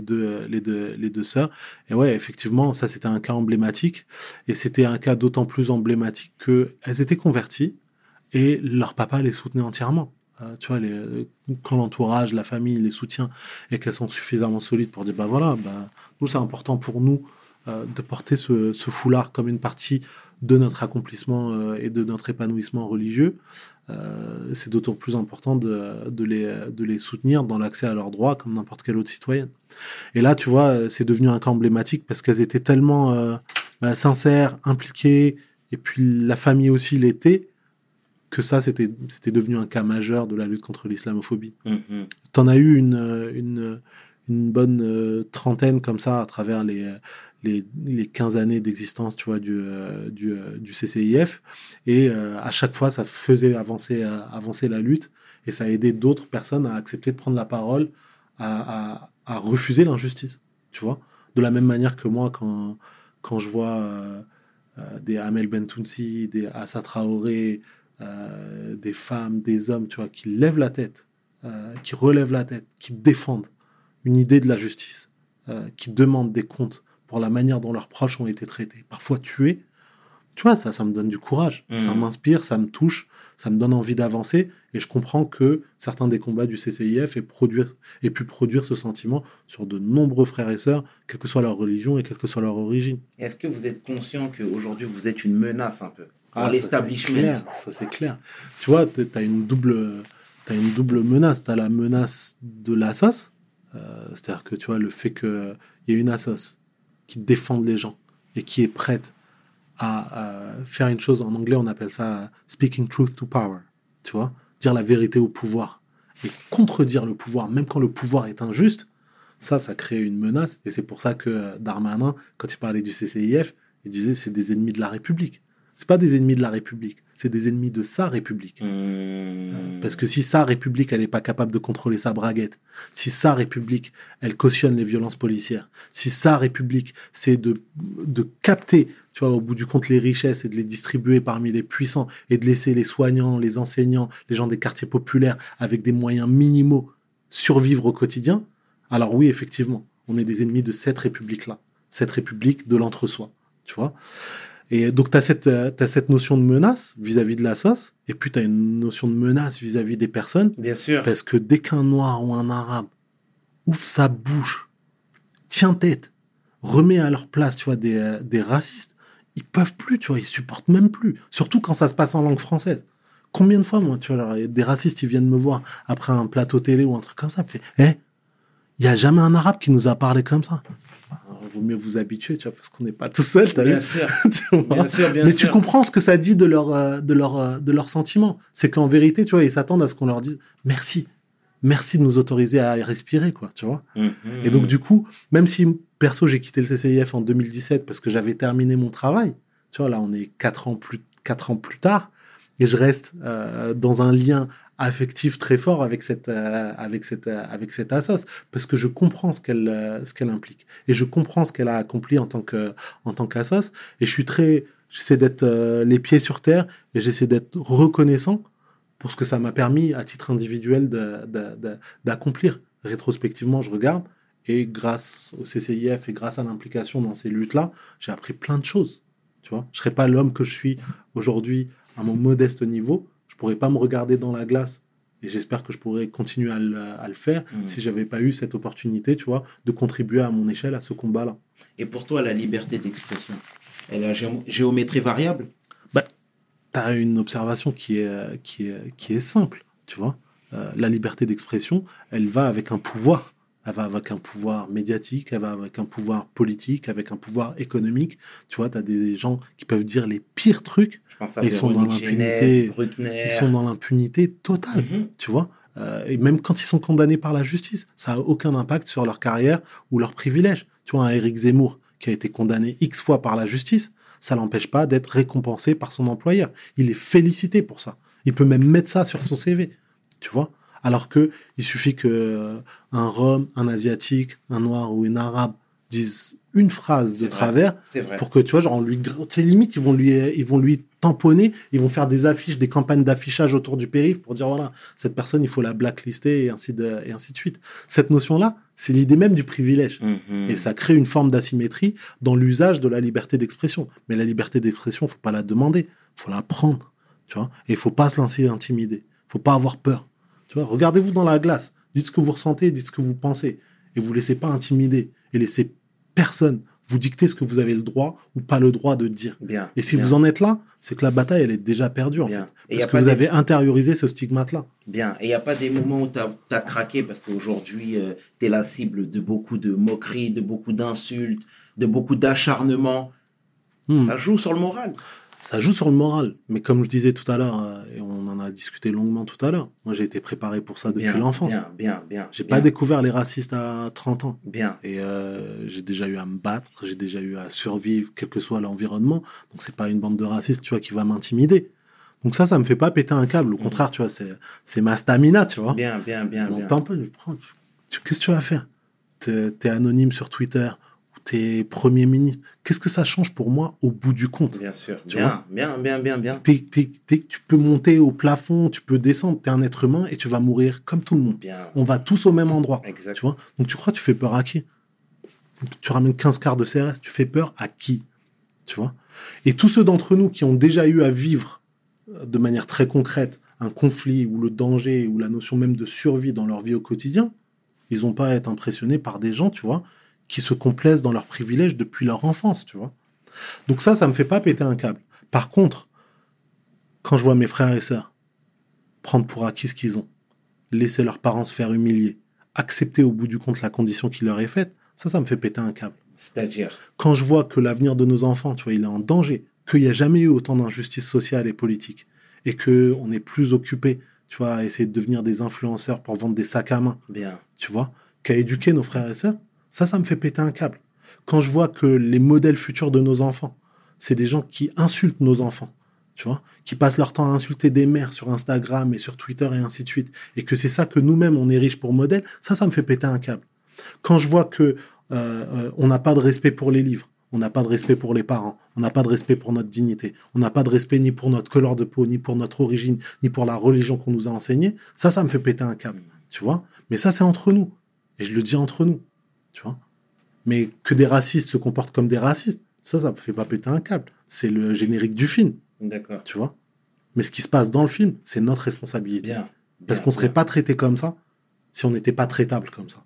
sœurs. Et ouais, effectivement, ça c'était un cas emblématique. Et c'était un cas d'autant plus emblématique qu'elles étaient converties et leur papa les soutenait entièrement. Tu vois, quand l'entourage, la famille les soutient et qu'elles sont suffisamment solides pour dire, nous c'est important pour nous de porter ce foulard comme une partie de notre accomplissement et de notre épanouissement religieux, c'est d'autant plus important de les soutenir dans l'accès à leurs droits comme n'importe quelle autre citoyenne. Et là, tu vois, c'est devenu un cas emblématique parce qu'elles étaient tellement sincères, impliquées, et puis la famille aussi l'était, que ça, c'était devenu un cas majeur de la lutte contre l'islamophobie. T'en as eu une bonne trentaine comme ça à travers les 15 années d'existence, tu vois, du CCIF, et à chaque fois ça faisait avancer la lutte, et ça a aidé d'autres personnes à accepter de prendre la parole, à refuser l'injustice, tu vois, de la même manière que moi quand je vois des Amel Bentounsi, des Assa Traoré, des femmes, des hommes, tu vois, qui lèvent la tête, qui relèvent la tête, qui défendent une idée de la justice, qui demandent des comptes pour la manière dont leurs proches ont été traités, parfois tués. Tu vois, ça me donne du courage, ça m'inspire, ça me touche, ça me donne envie d'avancer, et je comprends que certains des combats du CCIF aient pu produire ce sentiment sur de nombreux frères et sœurs, quelle que soit leur religion et quelle que soit leur origine. Est-ce que vous êtes conscient qu'aujourd'hui vous êtes une menace un peu pour l'establishment? Ça c'est clair. Tu vois, t'as une double menace. T'as la menace de l'assos, c'est-à-dire que tu vois, le fait qu'il y ait une assos qui défende les gens et qui est prête à faire une chose, en anglais on appelle ça speaking truth to power, tu vois, dire la vérité au pouvoir et contredire le pouvoir même quand le pouvoir est injuste, ça crée une menace. Et c'est pour ça que Darmanin, quand il parlait du CCIF, il disait c'est des ennemis de la République. C'est pas des ennemis de la République, c'est des ennemis de sa République. Parce que si sa République, elle n'est pas capable de contrôler sa braguette, si sa République, elle cautionne les violences policières, si sa République, c'est de capter, tu vois, au bout du compte, les richesses et de les distribuer parmi les puissants et de laisser les soignants, les enseignants, les gens des quartiers populaires avec des moyens minimaux survivre au quotidien, alors oui, effectivement, on est des ennemis de cette République-là, cette République de l'entre-soi, tu vois. Et donc, t'as cette notion de menace vis-à-vis de la sauce, et puis t'as une notion de menace vis-à-vis des personnes. Bien sûr. Parce que dès qu'un noir ou un arabe ouvre sa bouche, tient tête, remet à leur place, tu vois, des racistes, ils peuvent plus, tu vois, ils supportent même plus. Surtout quand ça se passe en langue française. Combien de fois, moi, tu vois, alors, des racistes, ils viennent me voir après un plateau télé ou un truc comme ça, ils me font, il y a jamais un arabe qui nous a parlé comme ça. vaut mieux vous habituer, tu vois, parce qu'on n'est pas tout seul, t'as vu? Bien sûr. Bien sûr, bien Mais sûr. tu comprends ce que ça dit de leurs sentiments. C'est qu'en vérité, tu vois, ils s'attendent à ce qu'on leur dise merci. Merci de nous autoriser à respirer, quoi, tu vois. Et donc, du coup, même si, perso, j'ai quitté le CCIF en 2017 parce que j'avais terminé mon travail, tu vois, là, on est 4 ans plus tard, et je reste dans un lien affectif très fort avec cette assoce, parce que je comprends ce qu'elle implique. Et je comprends ce qu'elle a accompli en tant qu'assoce. Et j'essaie d'être les pieds sur terre, et j'essaie d'être reconnaissant pour ce que ça m'a permis, à titre individuel, d'accomplir. Rétrospectivement, je regarde, et grâce au CCIF et grâce à l'implication dans ces luttes-là, j'ai appris plein de choses. Tu vois, je ne serais pas l'homme que je suis aujourd'hui à mon modeste niveau. Je ne pourrais pas me regarder dans la glace, et j'espère que je pourrais continuer à le faire si je n'avais pas eu cette opportunité, tu vois, de contribuer à mon échelle à ce combat-là. Et pour toi, la liberté d'expression, elle a géométrie variable? Tu as une observation qui est simple, tu vois. La liberté d'expression, elle va avec un pouvoir. Elle va avec un pouvoir médiatique, elle va avec un pouvoir politique, avec un pouvoir économique. Tu vois, tu as des gens qui peuvent dire les pires trucs, et ils sont dans l'impunité. Ils sont dans l'impunité totale, tu vois. Et même quand ils sont condamnés par la justice, ça n'a aucun impact sur leur carrière ou leurs privilèges. Tu vois, un Éric Zemmour qui a été condamné X fois par la justice, ça l'empêche pas d'être récompensé par son employeur. Il est félicité pour ça. Il peut même mettre ça sur son CV, tu vois. Alors que il suffit que un Rom, un Asiatique, un Noir ou une Arabe disent une phrase de travers pour que, tu vois, genre, c'est limite, ils vont lui tamponner, ils vont faire des affiches, des campagnes d'affichage autour du périph' pour dire, voilà, cette personne, il faut la blacklister et ainsi de suite. Cette notion-là, c'est l'idée même du privilège. Et ça crée une forme d'asymétrie dans l'usage de la liberté d'expression. Mais la liberté d'expression, faut pas la demander, faut la prendre, tu vois. Et il faut pas se laisser intimider. Faut pas avoir peur. Tu vois, regardez-vous dans la glace, dites ce que vous ressentez, dites ce que vous pensez, et vous laissez pas intimider, et laissez personne vous dicter ce que vous avez le droit ou pas le droit de dire. Et si vous en êtes là, c'est que la bataille, elle est déjà perdue, en fait. Parce que vous avez intériorisé ce stigmate-là. Bien. Et il n'y a pas des moments où tu as craqué parce qu'aujourd'hui, tu es la cible de beaucoup de moqueries, de beaucoup d'insultes, de beaucoup d'acharnement. Ça joue sur le moral. Ça joue sur le moral. Mais comme je disais tout à l'heure, et on en a discuté longuement tout à l'heure, moi j'ai été préparé pour ça depuis l'enfance. J'ai pas découvert les racistes à 30 ans. Et j'ai déjà eu à me battre, j'ai déjà eu à survivre, quel que soit l'environnement. Donc c'est pas une bande de racistes, tu vois, qui va m'intimider. Donc ça me fait pas péter un câble. Au contraire, tu vois, c'est ma stamina, tu vois. Bien. Qu'est-ce que tu vas faire? T'es anonyme sur Twitter, t'es Premier ministre. Qu'est-ce que ça change pour moi au bout du compte? Bien sûr. Bien. Tu peux monter au plafond, tu peux descendre. T'es un être humain et tu vas mourir comme tout le monde. On va tous au même endroit. Exact. Tu vois? Donc tu crois que tu fais peur à qui? Tu ramènes 15 quarts de CRS, tu fais peur à qui? Tu vois? Et tous ceux d'entre nous qui ont déjà eu à vivre de manière très concrète un conflit ou le danger ou la notion même de survie dans leur vie au quotidien, ils n'ont pas à être impressionnés par des gens, tu vois, qui se complaisent dans leurs privilèges depuis leur enfance, tu vois. Donc ça me fait pas péter un câble. Par contre, quand je vois mes frères et sœurs prendre pour acquis ce qu'ils ont, laisser leurs parents se faire humilier, accepter au bout du compte la condition qui leur est faite, ça me fait péter un câble. C'est-à-dire? Quand je vois que l'avenir de nos enfants, tu vois, il est en danger, qu'il n'y a jamais eu autant d'injustice sociale et politique, et qu'on est plus occupé, tu vois, à essayer de devenir des influenceurs pour vendre des sacs à main, tu vois, qu'à éduquer nos frères et sœurs, ça me fait péter un câble. Quand je vois que les modèles futurs de nos enfants, c'est des gens qui insultent nos enfants, tu vois, qui passent leur temps à insulter des mères sur Instagram et sur Twitter et ainsi de suite, et que c'est ça que nous-mêmes on érige pour modèle, ça me fait péter un câble. Quand je vois que on n'a pas de respect pour les livres, on n'a pas de respect pour les parents, on n'a pas de respect pour notre dignité, on n'a pas de respect ni pour notre couleur de peau, ni pour notre origine, ni pour la religion qu'on nous a enseignée, ça me fait péter un câble, tu vois. Mais ça, c'est entre nous. Et je le dis entre nous, tu vois. Mais que des racistes se comportent comme des racistes, ça me fait pas péter un câble. C'est le générique du film. D'accord. Tu vois. Mais ce qui se passe dans le film, c'est notre responsabilité. Parce qu'on serait pas traité comme ça si on n'était pas traitable comme ça.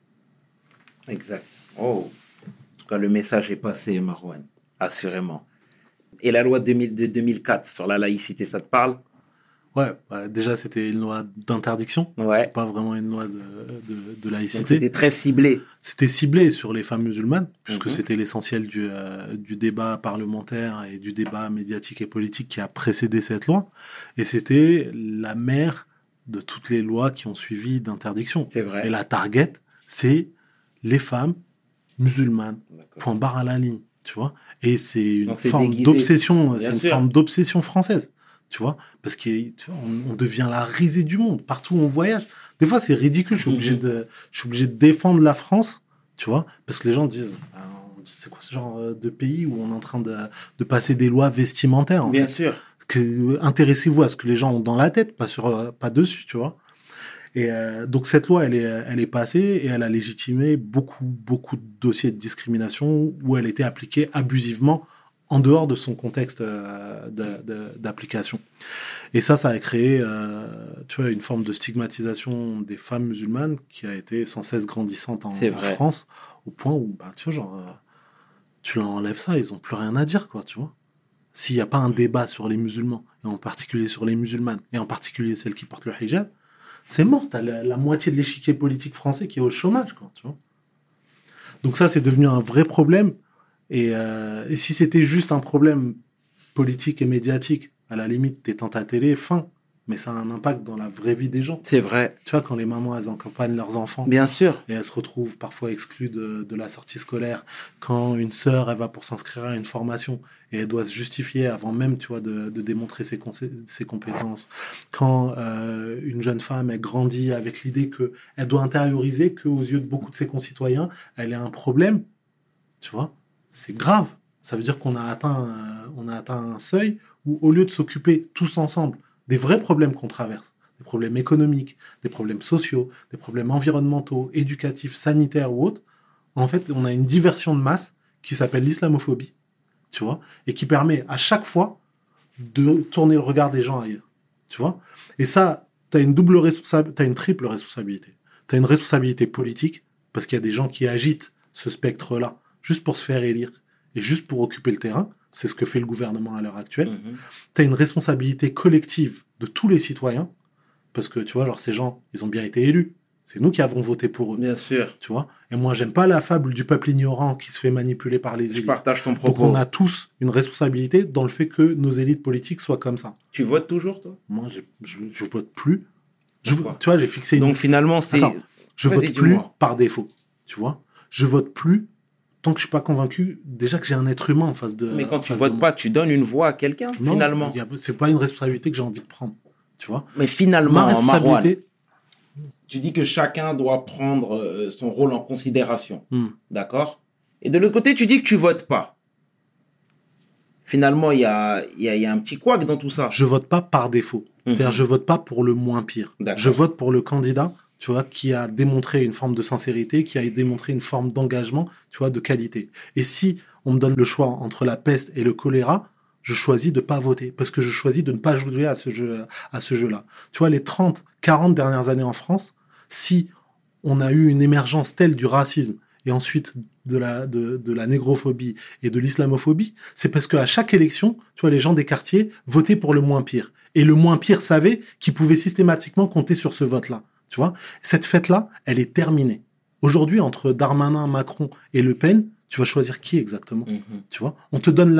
Exact. Oh. En tout cas, le message est passé, Marouane. Assurément. Et la loi de 2004 sur la laïcité, ça te parle? Ouais, déjà, c'était une loi d'interdiction. Ouais. C'était pas vraiment une loi de laïcité. Donc, c'était très ciblé. C'était ciblé sur les femmes musulmanes, puisque c'était l'essentiel du débat parlementaire et du débat médiatique et politique qui a précédé cette loi. Et c'était la mère de toutes les lois qui ont suivi d'interdiction. C'est vrai. Et la target, c'est les femmes musulmanes. D'accord. Point barre à la ligne, tu vois. Et c'est une Donc, c'est forme déguisé. d'obsession, Bien c'est une sûr. forme d'obsession française. Tu vois, parce qu'on devient la risée du monde partout où on voyage. Des fois, c'est ridicule. Je suis obligé de défendre la France, tu vois, parce que les gens disent, c'est quoi ce genre de pays où on est en train de passer des lois vestimentaires, en Bien fait. sûr. Intéressez-vous à ce que les gens ont dans la tête, pas dessus, tu vois. Et donc cette loi, elle est passée et elle a légitimé beaucoup de dossiers de discrimination où elle était appliquée abusivement en dehors de son contexte d'application. Et ça a créé, tu vois, une forme de stigmatisation des femmes musulmanes qui a été sans cesse grandissante en France, au point où, tu vois, genre, tu leur enlèves ça, ils ont plus rien à dire, quoi, tu vois. S'il n'y a pas un débat sur les musulmans, et en particulier sur les musulmanes, et en particulier celles qui portent le hijab, c'est mort. T'as la moitié de l'échiquier politique français qui est au chômage, quoi, tu vois. Donc ça, c'est devenu un vrai problème. Et si c'était juste un problème politique et médiatique, à la limite, t'éteins ta télé, fin. Mais ça a un impact dans la vraie vie des gens. C'est vrai. Tu vois, quand les mamans, elles accompagnent leurs enfants. Bien sûr. Et elles se retrouvent parfois exclues de la sortie scolaire. Quand une sœur, elle va pour s'inscrire à une formation et elle doit se justifier avant même, tu vois, de démontrer ses compétences. Quand une jeune femme, elle grandit avec l'idée qu'elle doit intérioriser qu'aux yeux de beaucoup de ses concitoyens, elle a un problème, tu vois. C'est grave. Ça veut dire qu'on a atteint un seuil où, au lieu de s'occuper tous ensemble des vrais problèmes qu'on traverse, des problèmes économiques, des problèmes sociaux, des problèmes environnementaux, éducatifs, sanitaires ou autres, en fait, on a une diversion de masse qui s'appelle l'islamophobie, tu vois, et qui permet à chaque fois de tourner le regard des gens ailleurs, tu vois. Et ça, t'as une triple responsabilité. T'as une responsabilité politique, parce qu'il y a des gens qui agitent ce spectre-là, juste pour se faire élire et juste pour occuper le terrain. C'est ce que fait le gouvernement à l'heure actuelle. Tu as une responsabilité collective de tous les citoyens, parce que, tu vois, genre, ces gens, ils ont bien été élus. C'est nous qui avons voté pour eux. Bien sûr. Tu vois. Et moi, j'aime pas la fable du peuple ignorant qui se fait manipuler par les élites. Je partage ton propos. Donc, on a tous une responsabilité dans le fait que nos élites politiques soient comme ça. Tu votes toujours, toi ? Moi, je vote plus. Tu vois, j'ai fixé Donc, finalement, c'est... Attends, je vote plus par défaut. Tu vois. Je vote plus tant que je suis pas convaincu, déjà que j'ai un être humain en face de... Mais quand tu votes pas, tu donnes une voix à quelqu'un, finalement. C'est pas une responsabilité que j'ai envie de prendre, tu vois. Mais finalement, ma responsabilité... tu dis que chacun doit prendre son rôle en considération, d'accord ? Et de l'autre côté, tu dis que tu votes pas. Finalement, il y a un petit couac dans tout ça. Je vote pas par défaut. C'est-à-dire, je vote pas pour le moins pire. D'accord. Je vote pour le candidat, tu vois, qui a démontré une forme de sincérité, qui a démontré une forme d'engagement, tu vois, de qualité. Et si on me donne le choix entre la peste et le choléra, je choisis de pas voter, parce que je choisis de ne pas jouer à ce jeu-là. Tu vois, les 30, 40 dernières années en France, si on a eu une émergence telle du racisme, et ensuite de la négrophobie et de l'islamophobie, c'est parce qu'à chaque élection, tu vois, les gens des quartiers votaient pour le moins pire. Et le moins pire savait qu'il pouvait systématiquement compter sur ce vote-là. Tu vois, cette fête-là, elle est terminée. Aujourd'hui, entre Darmanin, Macron et Le Pen, tu vas choisir qui exactement. Tu vois, on te donne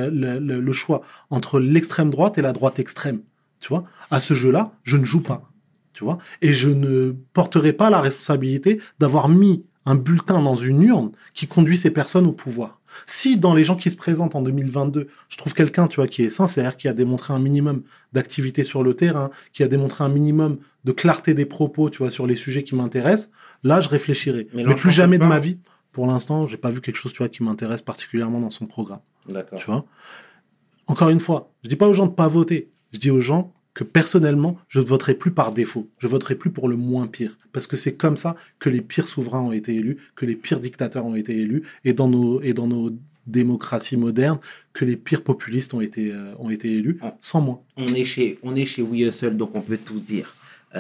le choix entre l'extrême droite et la droite extrême. Tu vois, à ce jeu-là, je ne joue pas. Tu vois, et je ne porterai pas la responsabilité d'avoir mis un bulletin dans une urne qui conduit ces personnes au pouvoir. Si dans les gens qui se présentent en 2022, je trouve quelqu'un, tu vois, qui est sincère, qui a démontré un minimum d'activité sur le terrain, qui a démontré un minimum de clarté des propos, tu vois, sur les sujets qui m'intéressent, là, je réfléchirai. Mais plus jamais de ma vie, pour l'instant, j'ai pas vu quelque chose, tu vois, qui m'intéresse particulièrement dans son programme. D'accord. Tu vois. Encore une fois, je dis pas aux gens de pas voter. Je dis aux gens que personnellement, je ne voterai plus par défaut. Je voterai plus pour le moins pire. Parce que c'est comme ça que les pires souverains ont été élus, que les pires dictateurs ont été élus, et dans nos démocraties modernes, que les pires populistes ont été élus, sans moi. On est chez We Hustle, donc on peut tout dire.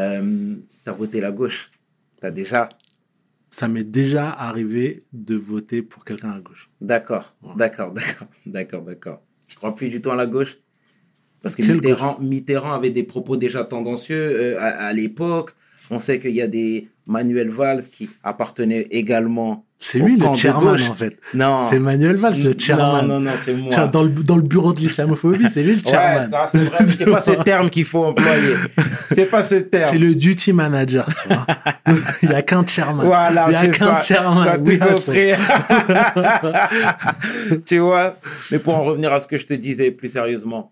T'as voté la gauche. T'as déjà... Ça m'est déjà arrivé de voter pour quelqu'un à gauche. D'accord. Tu crois plus du tout à la gauche ? Parce que Mitterrand avait des propos déjà tendancieux à l'époque. On sait qu'il y a des Manuel Valls qui appartenaient également. C'est lui le chairman, en fait. Non. C'est Manuel Valls, le chairman. Non, c'est moi. Tiens, dans le bureau de l'islamophobie, c'est lui le chairman. Ouais, c'est vrai, c'est pas ce terme qu'il faut employer. C'est pas ce terme. C'est le duty manager, tu vois. Il n'y a qu'un chairman. Voilà, il n'y a qu'un chairman. T'as tout compris. Tu vois. Mais pour en revenir à ce que je te disais plus sérieusement.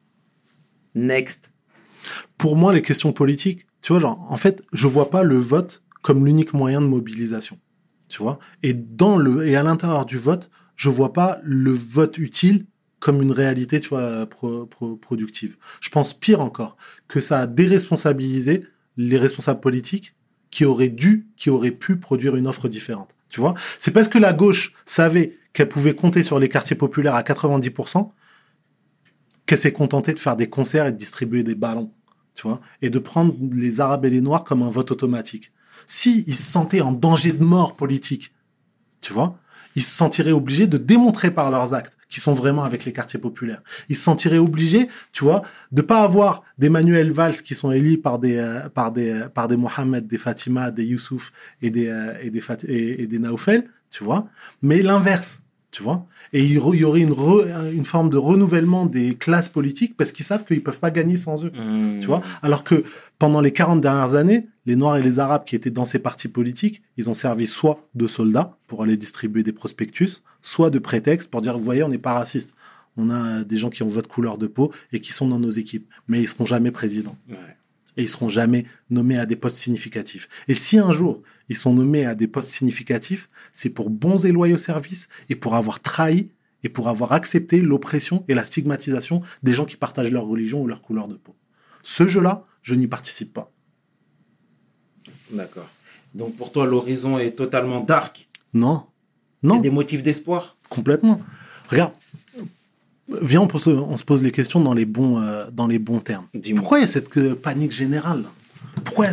Next. Pour moi, les questions politiques, tu vois, genre, en fait, je vois pas le vote comme l'unique moyen de mobilisation, tu vois. Et à l'intérieur du vote, je vois pas le vote utile comme une réalité, tu vois, productive. Je pense pire encore que ça a déresponsabilisé les responsables politiques qui auraient pu produire une offre différente, tu vois. C'est parce que la gauche savait qu'elle pouvait compter sur les quartiers populaires à 90% qu'elle s'est contentée de faire des concerts et de distribuer des ballons. Tu vois, et de prendre les Arabes et les Noirs comme un vote automatique. S'ils se sentaient en danger de mort politique, tu vois, ils se sentiraient obligés de démontrer par leurs actes qu'ils sont vraiment avec les quartiers populaires. Ils se sentiraient obligés, tu vois, de pas avoir des Manuel Valls qui sont élus par des Mohamed, des Fatima, des Youssouf et des Naoufel, tu vois, mais l'inverse. Tu vois, et il y aurait une forme de renouvellement des classes politiques parce qu'ils savent qu'ils peuvent pas gagner sans eux. Tu vois, alors que pendant les 40 dernières années, les Noirs et les Arabes qui étaient dans ces partis politiques, ils ont servi soit de soldats pour aller distribuer des prospectus, soit de prétexte pour dire, vous voyez, on n'est pas raciste. On a des gens qui ont votre couleur de peau et qui sont dans nos équipes, mais ils seront jamais présidents. Ouais. Et ils seront jamais nommés à des postes significatifs. Et si un jour, ils sont nommés à des postes significatifs, c'est pour bons et loyaux services et pour avoir trahi et pour avoir accepté l'oppression et la stigmatisation des gens qui partagent leur religion ou leur couleur de peau. Ce jeu-là, je n'y participe pas. D'accord. Donc pour toi, l'horizon est totalement dark. Non. Il y a des motifs d'espoir. Complètement. Regarde. Viens, on se pose les questions dans les bons termes. Dis-moi. Pourquoi il y a cette panique générale ? Pourquoi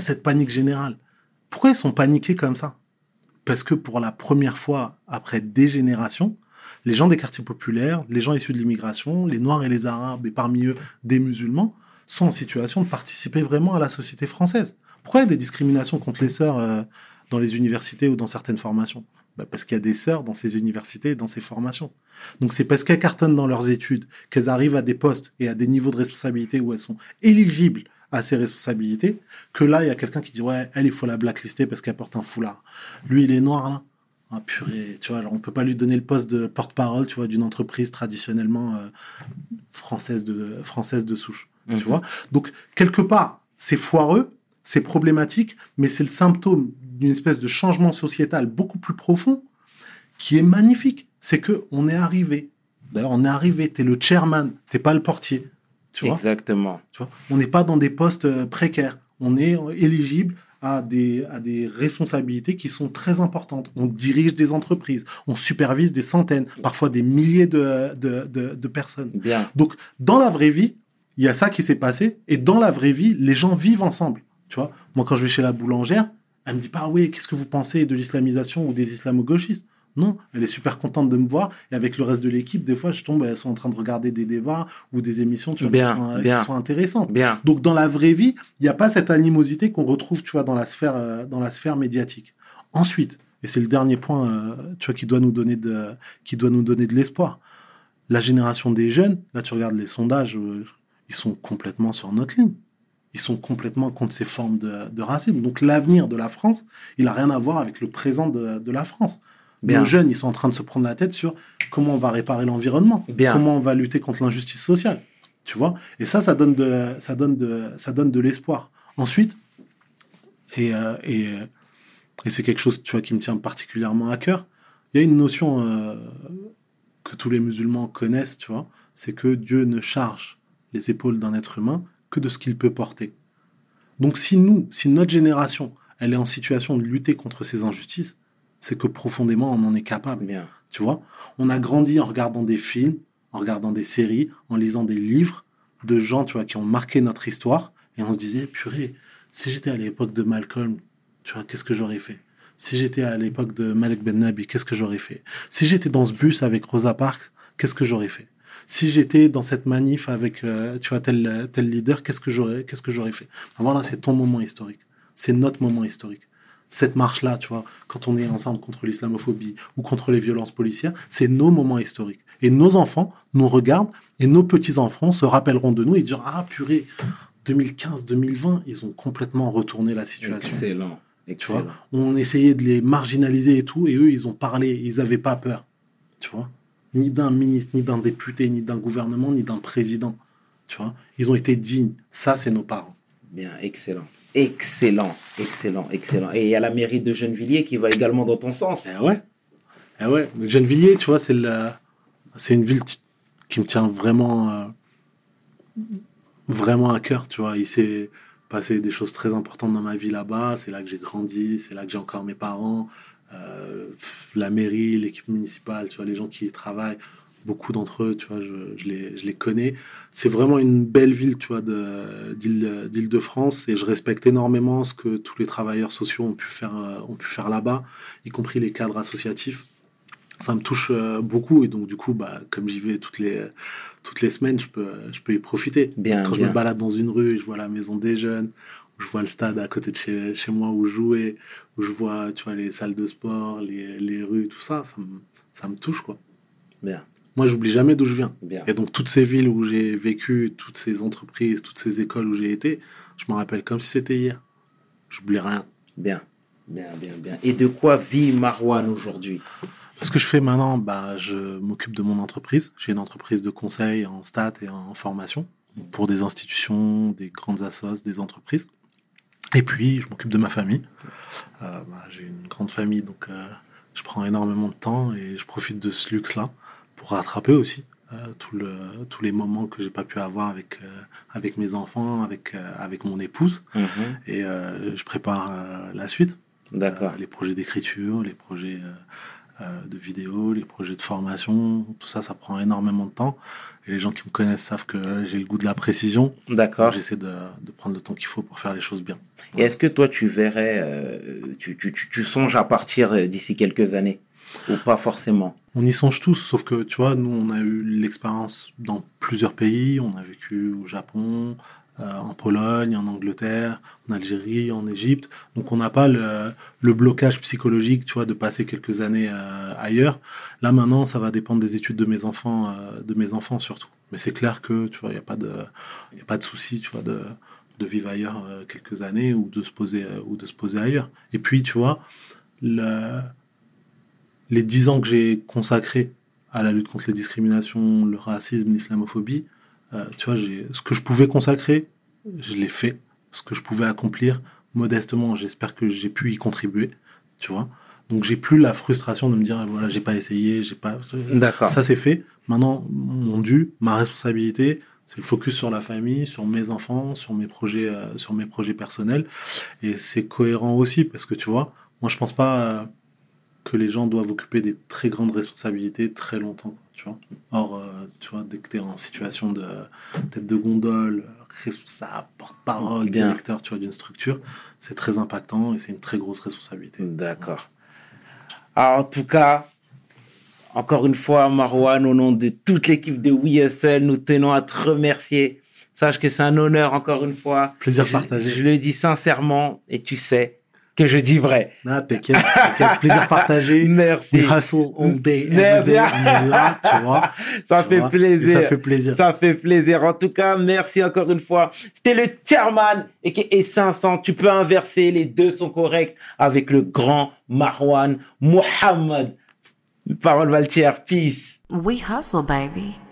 ils sont paniqués comme ça ? Parce que pour la première fois, après des générations, les gens des quartiers populaires, les gens issus de l'immigration, les Noirs et les Arabes, et parmi eux des musulmans, sont en situation de participer vraiment à la société française. Pourquoi il y a des discriminations contre les sœurs dans les universités ou dans certaines formations ? Parce qu'il y a des sœurs dans ces universités et dans ces formations. Donc c'est parce qu'elles cartonnent dans leurs études, qu'elles arrivent à des postes et à des niveaux de responsabilité où elles sont éligibles à ces responsabilités, que là, il y a quelqu'un qui dit « Ouais, elle, il faut la blacklister parce qu'elle porte un foulard. Lui, il est noir, là. Ah, purée, tu vois, alors on peut pas lui donner le poste de porte-parole, tu vois, d'une entreprise traditionnellement française de souche. Tu vois. Donc, quelque part, c'est foireux, c'est problématique, mais c'est le symptôme d'une espèce de changement sociétal beaucoup plus profond qui est magnifique. C'est que on est arrivé. D'ailleurs, on est arrivé. T'es le chairman, t'es pas le portier. Tu vois. Exactement. Tu vois. On n'est pas dans des postes précaires. On est éligible à des responsabilités qui sont très importantes. On dirige des entreprises, on supervise des centaines, parfois des milliers de personnes. Bien. Donc, dans la vraie vie, il y a ça qui s'est passé. Et dans la vraie vie, les gens vivent ensemble. Tu vois. Moi, quand je vais chez la boulangère, elle me dit pas, oui, qu'est-ce que vous pensez de l'islamisation ou des islamo-gauchistes ? Non, elle est super contente de me voir. Et avec le reste de l'équipe, des fois, je tombe, elles sont en train de regarder des débats ou des émissions qui sont intéressantes. Bien. Donc, dans la vraie vie, il n'y a pas cette animosité qu'on retrouve, tu vois, dans la sphère médiatique. Ensuite, et c'est le dernier point, tu vois, qui doit nous donner de l'espoir. La génération des jeunes, là, tu regardes les sondages, ils sont complètement sur notre ligne. Ils sont complètement contre ces formes de racisme. Donc l'avenir de la France, il n'a rien à voir avec le présent de la France. Bien. Nos jeunes, ils sont en train de se prendre la tête sur comment on va réparer l'environnement, comment on va lutter contre l'injustice sociale. Tu vois ? Et ça donne de l'espoir. Ensuite, et c'est quelque chose, tu vois, qui me tient particulièrement à cœur, il y a une notion que tous les musulmans connaissent, tu vois, c'est que Dieu ne charge les épaules d'un être humain que de ce qu'il peut porter. Donc si notre génération, elle est en situation de lutter contre ces injustices, c'est que profondément, on en est capable. Bien. Tu vois ? On a grandi en regardant des films, en regardant des séries, en lisant des livres de gens, tu vois, qui ont marqué notre histoire, et on se disait, purée, si j'étais à l'époque de Malcolm, tu vois, qu'est-ce que j'aurais fait ? Si j'étais à l'époque de Malek Ben Nabi, qu'est-ce que j'aurais fait ? Si j'étais dans ce bus avec Rosa Parks, qu'est-ce que j'aurais fait ? Si j'étais dans cette manif avec, tu vois, tel leader, qu'est-ce que j'aurais fait? Voilà, c'est ton moment historique. C'est notre moment historique. Cette marche-là, tu vois, quand on est ensemble contre l'islamophobie ou contre les violences policières, c'est nos moments historiques. Et nos enfants nous regardent et nos petits-enfants se rappelleront de nous et diront « Ah, purée, 2015, 2020, ils ont complètement retourné la situation. » Excellent. Tu vois, on essayait de les marginaliser et tout, et eux, ils ont parlé, ils n'avaient pas peur. Tu vois, ni d'un ministre, ni d'un député, ni d'un gouvernement, ni d'un président. Tu vois, ils ont été dignes. Ça, c'est nos parents. Bien, excellent. Excellent. Et il y a la mairie de Gennevilliers qui va également dans ton sens. Ouais. Gennevilliers, tu vois, c'est une ville qui me tient vraiment à cœur. Tu vois, il s'est passé des choses très importantes dans ma vie là-bas. C'est là que j'ai grandi, c'est là que j'ai encore mes parents. La mairie, l'équipe municipale, tu vois, les gens qui y travaillent. Beaucoup d'entre eux, tu vois, je les connais. C'est vraiment une belle ville, tu vois, d'Île-de-France, et je respecte énormément ce que tous les travailleurs sociaux ont pu faire là-bas, y compris les cadres associatifs. Ça me touche beaucoup, et donc du coup, comme j'y vais toutes les semaines, je peux y profiter. Quand je me balade dans une rue, je vois la maison des jeunes, je vois le stade à côté de chez moi où jouer, où je vois, tu vois, les salles de sport, les rues, tout ça, ça me touche, quoi. Bien. Moi, j'oublie jamais d'où je viens. Bien. Et donc, toutes ces villes où j'ai vécu, toutes ces entreprises, toutes ces écoles où j'ai été, je me rappelle comme si c'était hier. J'oublie rien. Bien. Et de quoi vit Marwan aujourd'hui? Ce que je fais maintenant, je m'occupe de mon entreprise. J'ai une entreprise de conseil en stats et en formation pour des institutions, des grandes assos, des entreprises. Et puis, je m'occupe de ma famille. J'ai une grande famille, donc je prends énormément de temps et je profite de ce luxe-là pour rattraper aussi tous les moments que j'ai pas pu avoir avec mes enfants, avec mon épouse. Et je prépare la suite. D'accord. Les projets d'écriture, les projets de vidéo, les projets de formation, tout ça, ça prend énormément de temps. Et les gens qui me connaissent savent que j'ai le goût de la précision. D'accord. J'essaie de prendre le temps qu'il faut pour faire les choses bien. Et est-ce que toi, tu verrais, tu songes à partir d'ici quelques années? Ou pas forcément? On y songe tous, sauf que, tu vois, nous, on a eu l'expérience dans plusieurs pays. On a vécu au Japon, en Pologne, en Angleterre, en Algérie, en Égypte. Donc, on n'a pas le blocage psychologique, tu vois, de passer quelques années ailleurs. Là, maintenant, ça va dépendre des études de mes enfants surtout. Mais c'est clair que, tu vois, il n'y a pas de souci, tu vois, de vivre ailleurs quelques années ou de se poser ailleurs. Et puis, tu vois, les 10 ans que j'ai consacrés à la lutte contre les discriminations, le racisme, l'islamophobie, tu vois, ce que je pouvais consacrer, je l'ai fait. Ce que je pouvais accomplir, modestement, j'espère que j'ai pu y contribuer, tu vois. Donc, j'ai plus la frustration de me dire, voilà, j'ai pas essayé, D'accord. Ça, c'est fait. Maintenant, mon dû, ma responsabilité, c'est le focus sur la famille, sur mes enfants, sur mes projets personnels. Et c'est cohérent aussi, parce que, tu vois, moi, je pense pas que les gens doivent occuper des très grandes responsabilités très longtemps, tu vois. Or, tu vois, dès que tu es en situation de tête de gondole, responsable, porte-parole, directeur, tu vois, d'une structure, c'est très impactant et c'est une très grosse responsabilité. D'accord. Alors, en tout cas, encore une fois, Marwan, au nom de toute l'équipe de WeHustle, nous tenons à te remercier. Sache que c'est un honneur, encore une fois. Plaisir partagé. Je le dis sincèrement, et tu sais que je dis vrai. Non, t'inquiète, plaisir partagé. Merci. We hustle all day, Merci. every day, on est là, tu vois. Ça fait plaisir. Et ça fait plaisir. Ça fait plaisir. En tout cas, merci encore une fois. C'était le Chairman et 500. Tu peux inverser, les deux sont corrects avec le grand Marwan Mohammed. Parole Valtier, peace. We hustle, baby.